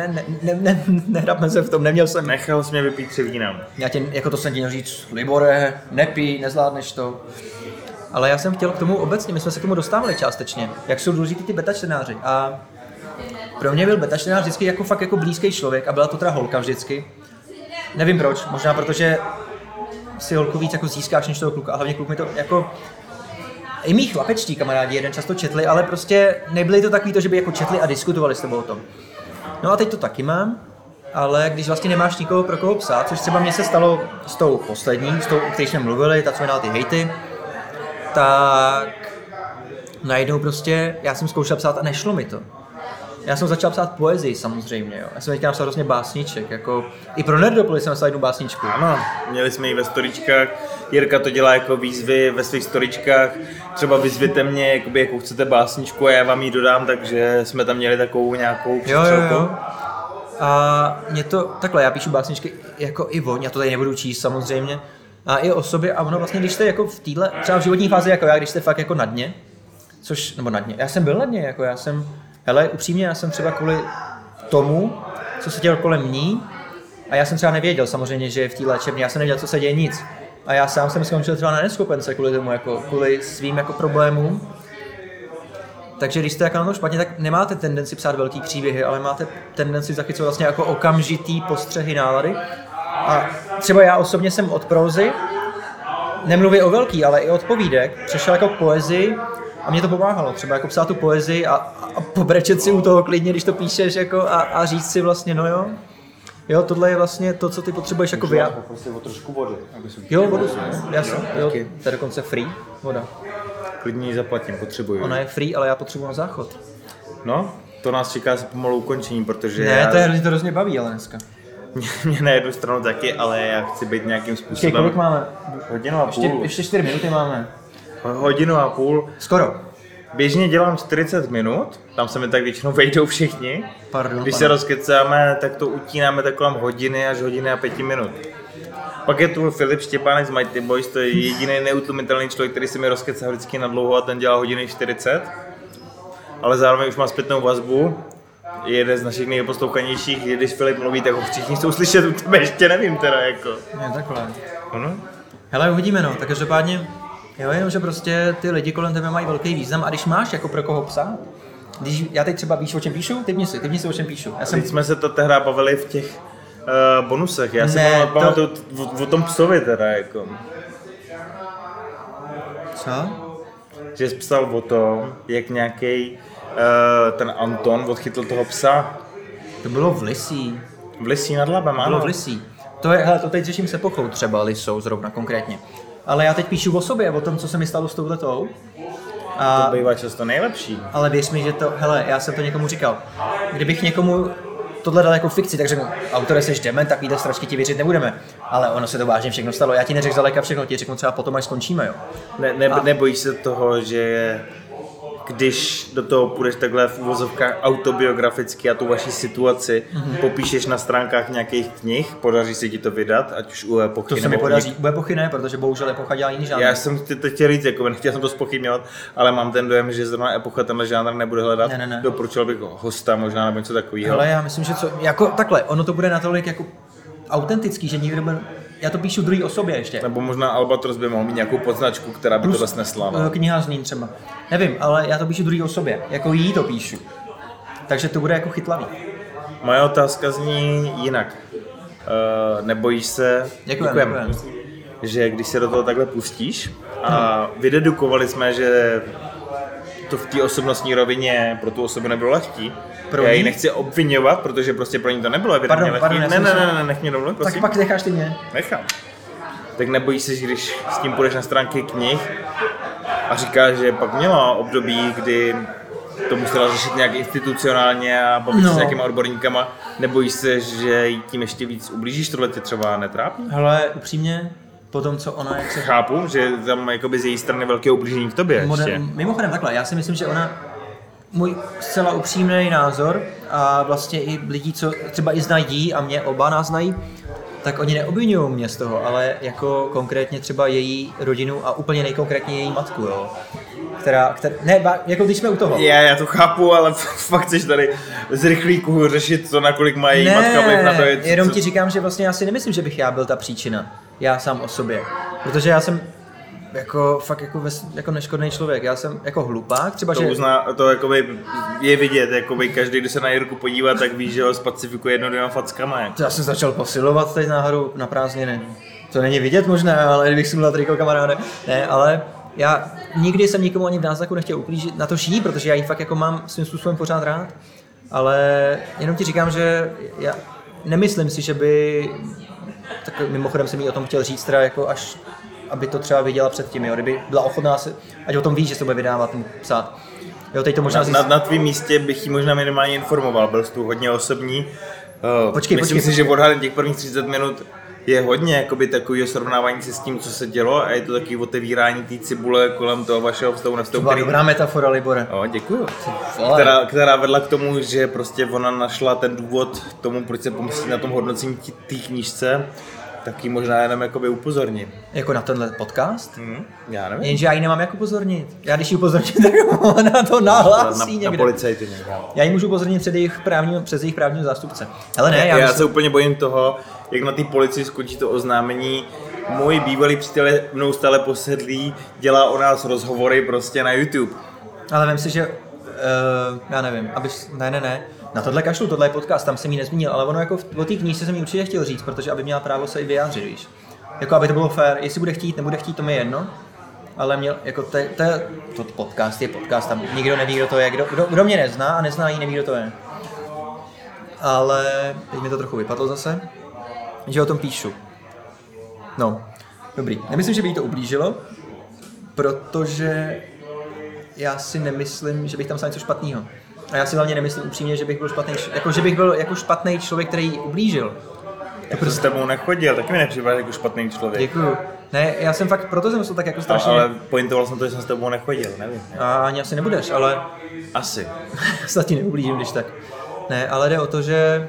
nehrabme se v tom, neměl jsem. Nechal jsi mě vypít 3 vína. Já tě, jako to jsem ti měl říct, Libore, nepij, nezvládneš to. Ale já jsem chtěl k tomu obecně, my jsme se k tomu dostávali částečně, jak jsou důležitý ty beta čtenáři. A pro mě byl beta čtenář vždycky jako fakt jako blízký člověk a byla to teda holka vždycky. Nevím proč, možná protože si holku víc jako získáš než toho kluka a hlavně kluk mi to jako... I mý chlapečtí kamarádi jeden často četli, ale prostě nebyli to takový to, že by jako četli a diskutovali s tebou o tom. No a teď to taky mám, ale když vlastně nemáš nikoho pro koho psát, což třeba mně se stalo s tou poslední, s tou, o které jsme mluvili, ta co měla ty hejty, tak najednou prostě já jsem zkoušel psát a nešlo mi to. Já jsem začal psát poezii samozřejmě, jo. Já jsem teďka napsal hrozně básniček, jako i pro Nerdopolis jsem napsal jednu básničku. Ano, měli jsme ji ve storičkách, Jirka to dělá jako výzvy ve svých storičkách, třeba vyzvěte mě, jakoby, jakou chcete básničku a já vám ji dodám, takže jsme tam měli takovou nějakou přestřelku. Jo. A mě to, takhle, já píšu básničky jako i o, já to tady nebudu číst samozřejmě, a i o sobě a ono vlastně, když jste jako v téhle, třeba v životní fázi jako já, když jste fakt jako na dně, nebo na dně, já jsem byl na dně, jako hele, upřímně, já jsem třeba kvůli tomu, co se dělo kolem ní, a já jsem třeba nevěděl samozřejmě, že je v té léčebně, já jsem nevěděl, co se děje nic. A já sám jsem skončil třeba na neschopence kvůli tomu, jako, kvůli svým jako problémům. Takže když jste jako na tom špatně, tak nemáte tendenci psát velký příběhy, ale máte tendenci zachycovat vlastně jako okamžitý postřehy nálady. A třeba já osobně jsem od prózy, nemluvím o velký, ale i od povídek, přešel jako k poezii a mě to pomáhalo. Třeba jako psát tu poezii a pobrečet si u toho klidně, když to píšeš jako a říct si vlastně, no jo, tohle je vlastně to, co ty potřebuješ jako vyjádřit. Poprosit o trošku vody. Jo, vodu, jasně, jo, to je dokonce free voda. Klidně ji zaplatím, potřebuju. Ona je free, ale já potřebuji na záchod. No, to nás čeká se pomalu ukončení, protože Ne, to hrozně baví, ale dneska. Mě na jednu stranu taky, ale já chci být nějakým způsobem... Kolik máme? Hodinu a půl. Ještě 4 minuty máme. Hodinu a půl. Skoro. Běžně dělám 40 minut, tam se mi tak většinou vejdou všichni. Pardon. Když se rozkecáme, tak to utínáme tak kolem hodiny až hodiny a 5 minut. Pak je tu Filip Štěpánek z Mighty Boys, to je jediný neutlumitelný člověk, který se mi rozkecá vždycky na dlouho a ten dělá hodiny 40. Ale zároveň už má zpětnou vazbu. Je jeden z našich nejposlouchanějších, když Filip mluví, tak ho všichni chcou slyšet, u tebe ještě nevím teda jako. Je takhle. Ano? Hele, uvidíme no, tak každopádně, jo, jenom že prostě ty lidi kolem tebe mají velký význam a když máš jako pro koho psát, když já teď třeba víš, o čem píšu, typni si, o čem píšu. Teď jsme se to tehdy bavili v těch bonusech, já si pamatuju o tom psovi teda jako. Co? Že jsi psal o tom, jak nějaký ten Anton odchytl toho psa. To bylo v Lisí. V Lisí nad Labem, ano. Bylo v Lisí. To teď řeším s epochou třeba Lisou zrovna konkrétně. Ale já teď píšu o sobě, o tom, co se mi stalo s touhletou. To bývá často nejlepší. Ale věř mi, že to, hele, já jsem to někomu říkal. Kdybych někomu tohle dal jako fikci, tak řeknu, autore seš dement, takovýhle strašky ti věřit nebudeme. Ale ono se to vážně všechno stalo. Já ti neřekl zdaleka všechno, ti řeknu třeba potom, až skončíme, jo. Nebojíš se toho, že když do toho půjdeš takhle v uvozovkách autobiograficky a tu vaši situaci popíšeš na stránkách nějakých knih, podaří se ti to vydat, ať už u epochy. To se mi podaří, u epochy ne, protože bohužel epocha dělá jiný žánr. Já jsem teď chtěl říct, jako nechtěl jsem to zpochybňovat, ale mám ten dojem, že zrovna epocha tenhle žánr nebude hledat. Ne. Doporučil bych hosta možná nebo něco takového. Ale já myslím, že jako takhle, ono to bude natolik jako autentický, že nikdo bude, já to píšu druhý osobě ještě. Nebo možná Albatros by mohl mít nějakou podznačku, která by tohle snesla. Knihařný třeba. Nevím, ale já to píšu druhý osobě, jako jí to píšu. Takže to bude jako chytlavý. Moje otázka zní jinak. Nebojíš se, Děkujeme. že když se do toho takhle pustíš a vydedukovali jsme, že to v té osobnostní rovině pro tu osobu nebylo lehký. Já ji nechci obvinovat, protože prostě pro ní to nebylo evidentně lehký. Ne, nech mě domluvit, prosím. Tak pak necháš ty mě. Nechám. Tak nebojíš se, že když s tím půjdeš na stránky knih a říkáš, že pak měla období, kdy to musela řešit nějak institucionálně a bavit se s nějakýma odborníkama, nebojíš se, že jí tím ještě víc ublížíš, tohle tě třeba netrápí? Hele, upřímně, po tom, co ona... Jak se... Chápu, že tam jakoby z její strany velké ublížení k tobě ještě. Mimochodem takhle, já si myslím, že ona, můj zcela upřímný názor a vlastně i lidi, co třeba i znají a mě oba nás znají, tak oni neobvinují mě z toho, ale jako konkrétně třeba její rodinu a úplně nejkonkrétně její matku, jo. Ne, jako když jsme u toho. Já to chápu, ale fakt chceš tady z rychlíku řešit to, nakolik má její matka vliv na to. Jenom ti říkám, že vlastně já si nemyslím, že bych já byl ta příčina. Já sám o sobě. Protože já jsem jako fakt jako neškodný člověk. Já jsem jako hlupák, třeba to že... To jakoby je vidět, jakoby každý, kdo se na Jirku podívá, tak ví, že ho spacifikuje jednotlivýma fackama. Jako. Já jsem začal posilovat teď náhodou na prázdniny. To není vidět možná, ale kdybych si měl triko kamaráde. Ne, ale já nikdy jsem nikomu ani v náznaku nechtěl uklížit na to ší, protože já ji fakt jako mám svým způsobem pořád rád. Ale jenom ti říkám, že já nemyslím si, že by... Tak mimochodem jsem jí o tom chtěl říct teda jako až aby to třeba viděla předtím, jo, kdyby byla ochotná si, ať o tom ví, že se bude vydávat, psát. Jo, teď to možná na tvým místě bych jí možná minimálně informoval, byl jsi tu hodně osobní. Myslím si, že odhadem těch prvních 30 minut je hodně jakoby takového srovnávání se s tím, co se dělo a je to takový otevírání té cibule kolem toho vašeho vztahu na vztahu. To byla dobrá metafora, Libore. Děkuju. Která vedla k tomu, že prostě ona našla ten důvod tomu, proč se pomyslí na tom hodnocení té knížce, tak ji možná jenom jakoby upozorním. Jako na tenhle podcast? Já nevím. Jenže já ji nemám jak upozornit. Já když ji upozorním, tak ona to nahlásí někde. Na policajty někde. Já ji můžu upozornit před jejich právního zástupce. Ale ne, já se úplně bojím toho, jak na té policii skončí to oznámení. Můj bývalý přítel je mnou stále posedlý, dělá o nás rozhovory prostě na YouTube. Ale vem si, že já nevím, ne. Na tohle kašlu, tohle je podcast, tam jsem jí nezmínil, ale ono jako o té knížce jsem jí určitě chtěl říct, protože aby měla právo se i vyjádřit, víš. Jako aby to bylo fair, jestli bude chtít, nebude chtít, to mi je jedno. Ale měl, jako to podcast je podcast, tam nikdo neví, kdo to je, kdo mě nezná a nezná jí, neví, kdo to je. Ale teď mi to trochu vypadlo zase, že o tom píšu. No, dobrý. Nemyslím, že by jí to ublížilo, protože já si nemyslím, že bych tam psal něco špatného. A já si hlavně nemyslím upřímně, že bych byl špatný, že bych byl jako špatný člověk, který jí ublížil. Jako s tebou nechodil, taky mi nepřipadá jako špatný člověk. Děkuju. Ne, já jsem fakt, proto jsem to tak jako strašně... Ale pointoval jsem to, že jsem s tebou nechodil, nevím. A ani asi nebudeš, ale... Asi. Snad ti neublížím, když tak. Ne, ale jde o to, že...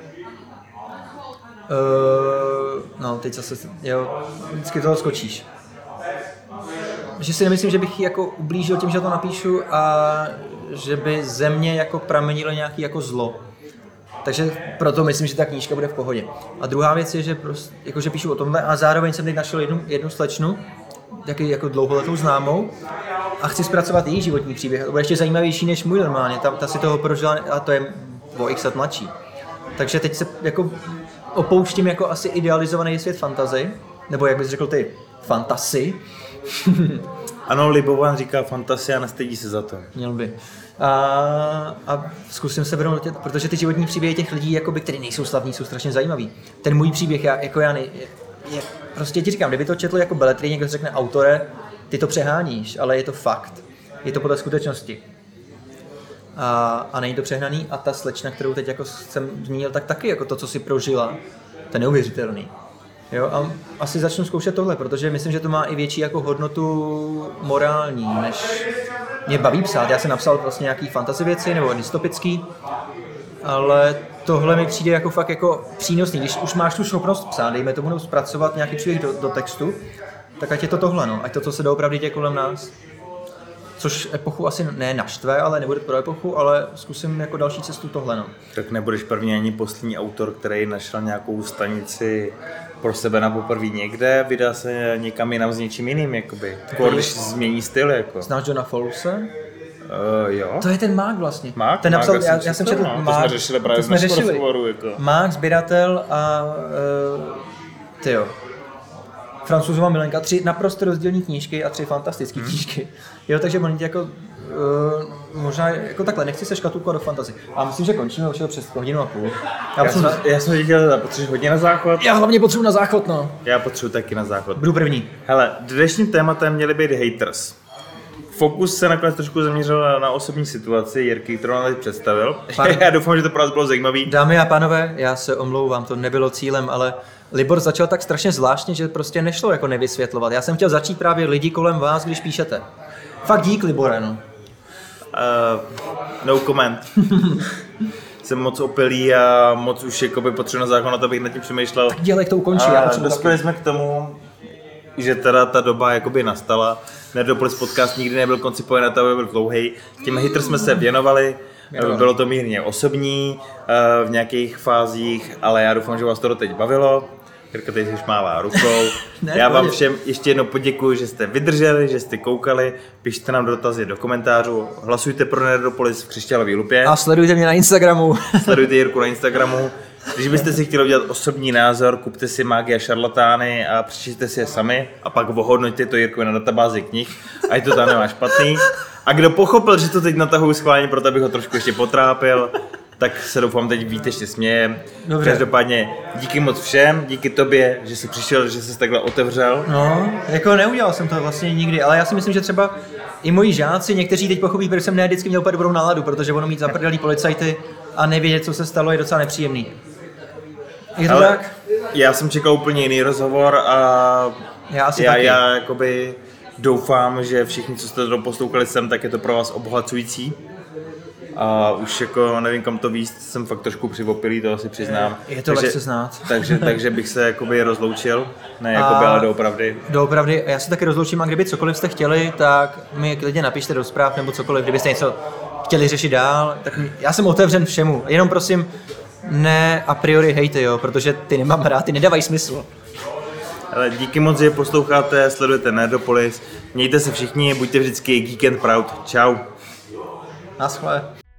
no, teď zase, jo, vždycky toho skočíš. Že si nemyslím, že bych jí jako ublížil tím, že to napíšu a že by ze mě jako pramenilo nějaký jako zlo. Takže proto myslím, že ta knížka bude v pohodě. A druhá věc je, že prostě, jako, že píšu o tomhle a zároveň jsem teď našel jednu slečnu, taky jako dlouholetou známou a chci zpracovat její životní příběh. To bude ještě zajímavější než můj normálně. Ta si toho prožila a to je o x let mladší. Takže teď se jako opouštím jako asi idealizovaný svět fantasy, nebo jak bys řekl ty, fantasy. Ano, Libovan říká fantasie a nestydí se za to. Měl by. A zkusím se vrhnout, protože ty životní příběhy těch lidí, jakoby, kteří nejsou slavní, jsou strašně zajímavý. Ten můj příběh, prostě ti říkám, kdyby to četl jako beletry, někdo řekne autore, ty to přeháníš, ale je to fakt. Je to podle skutečnosti. A není to přehnaný a ta slečna, kterou teď jako jsem zmínil, tak taky jako to, co si prožila, to je neuvěřitelný. Jo, a asi začnu zkoušet tohle, protože myslím, že to má i větší jako hodnotu morální, než mě baví psát. Já jsem napsal vlastně nějaký fantasy věci nebo dystopický, ale tohle mi přijde jako fakt jako přínosný. Když už máš tu schopnost psát, dejme tomu zpracovat nějaký příběh do textu, tak ať je to tohle, no. Ať to, co se doopravdy děje kolem nás. Což epochu asi ne naštve, ale nebude pro epochu, ale zkusím jako další cestu tohle, no. Tak nebudeš první ani poslední autor, který našel nějakou stanici pro sebe na poprvé někde, vydá se někam jinam s něčím jiným, jakoby. Když změní styl, jako. Znáš Johna Fowlese? Jo. To je ten mák vlastně. Mák? Ten napsal, já jsem četl Mák. To jsme řešili právě v našem rozhovoru, jako. Mák, sběratel a tyjo. Francouzova milenka, 3 naprosto rozdílné knížky a 3 fantastické knížky. Jo, takže monit jako možná jako takhle, nechci se škatulkovat do fantasy. A myslím, že končíme už přes 1,5 hodinu. Já jsem říkal, potřebuješ hodně na záchod? Já hlavně potřebuji na záchod, no. Já potřebuji taky na záchod. Budu první. Hele, dnešním tématem měly být haters. Fokus se nakonec trošku zaměřil na osobní situaci Jirky, kterou nám teď představil. Já doufám, že to pro vás bylo zajímavý. Dámy a pánové, já se omlouvám, to nebylo cílem, ale Libor začal tak strašně zvláštně, že prostě nešlo jako nevysvětlovat. Já jsem chtěl začít právě lidi kolem vás, když píšete. Fakt dík, Libore, no. No comment. Jsem moc opilý a moc už jakoby potřebuji na zákon, na to bych nad tím přemýšlel. Tak dělej, to ukončí. Dospěli jsme k tomu, že teda ta doba jakoby nastala. Nerdopolis podcast nikdy nebyl koncipován na to, aby byl dlouhý. Těm haters jsme se věnovali. Bylo to mírně osobní v nějakých fázích, ale já doufám, že vás to doteď bavilo. Jirka teď už mává rukou. Já vám všem ještě jednou poděkuji, že jste vydrželi, že jste koukali. Pište nám dotazy do komentářů. Hlasujte pro Nerdopolis v Křišťálové lupě. A sledujte mě na Instagramu. Sledujte Jirku na Instagramu. Když byste si chtěli udělat osobní názor, kupte si Mágie a šarlatány a přečtěte si je sami a pak ohodnoťte to Jirkovi na databázi knih, ať to tam nemá špatný. A kdo pochopil, že to teď natahuji schválně, proto abych ho trošku ještě potrápil, tak se doufám teď výtečně směje. Dobře. Každopádně díky moc všem, díky tobě, že jsi přišel, že jsi takhle otevřel. No, jako neudělal jsem to vlastně nikdy, ale já si myslím, že třeba i moji žáci, někteří teď pochopí, protože jsem ne vždycky měl úplně dobrou náladu, protože ono mít zaprdelý policajty a nevědět, co se stalo, je docela nepříjemný. Je to tak? Já jsem čekal úplně jiný rozhovor a já jakoby doufám, že všichni, co jste to poslouchali sem, tak je to pro vás obohacující. A už jako nevím, kam to víc, jsem fakt trošku přivopilý, to asi přiznám. Je to lehce znát. Takže bych se jakoby rozloučil, ne jakoby, ale doopravdy. Doopravdy, já se taky rozloučím a kdyby cokoliv jste chtěli, tak mi klidně napište do zpráv nebo cokoliv, kdybyste něco chtěli řešit dál, tak já jsem otevřen všemu, jenom prosím ne a priori hejty, jo, protože ty nemám rád, ty nedávají smysl. Ale díky moc, že posloucháte, sledujete Nerdopolis, mějte se všichni, buďte vždycky geek and proud, čau. Naschle.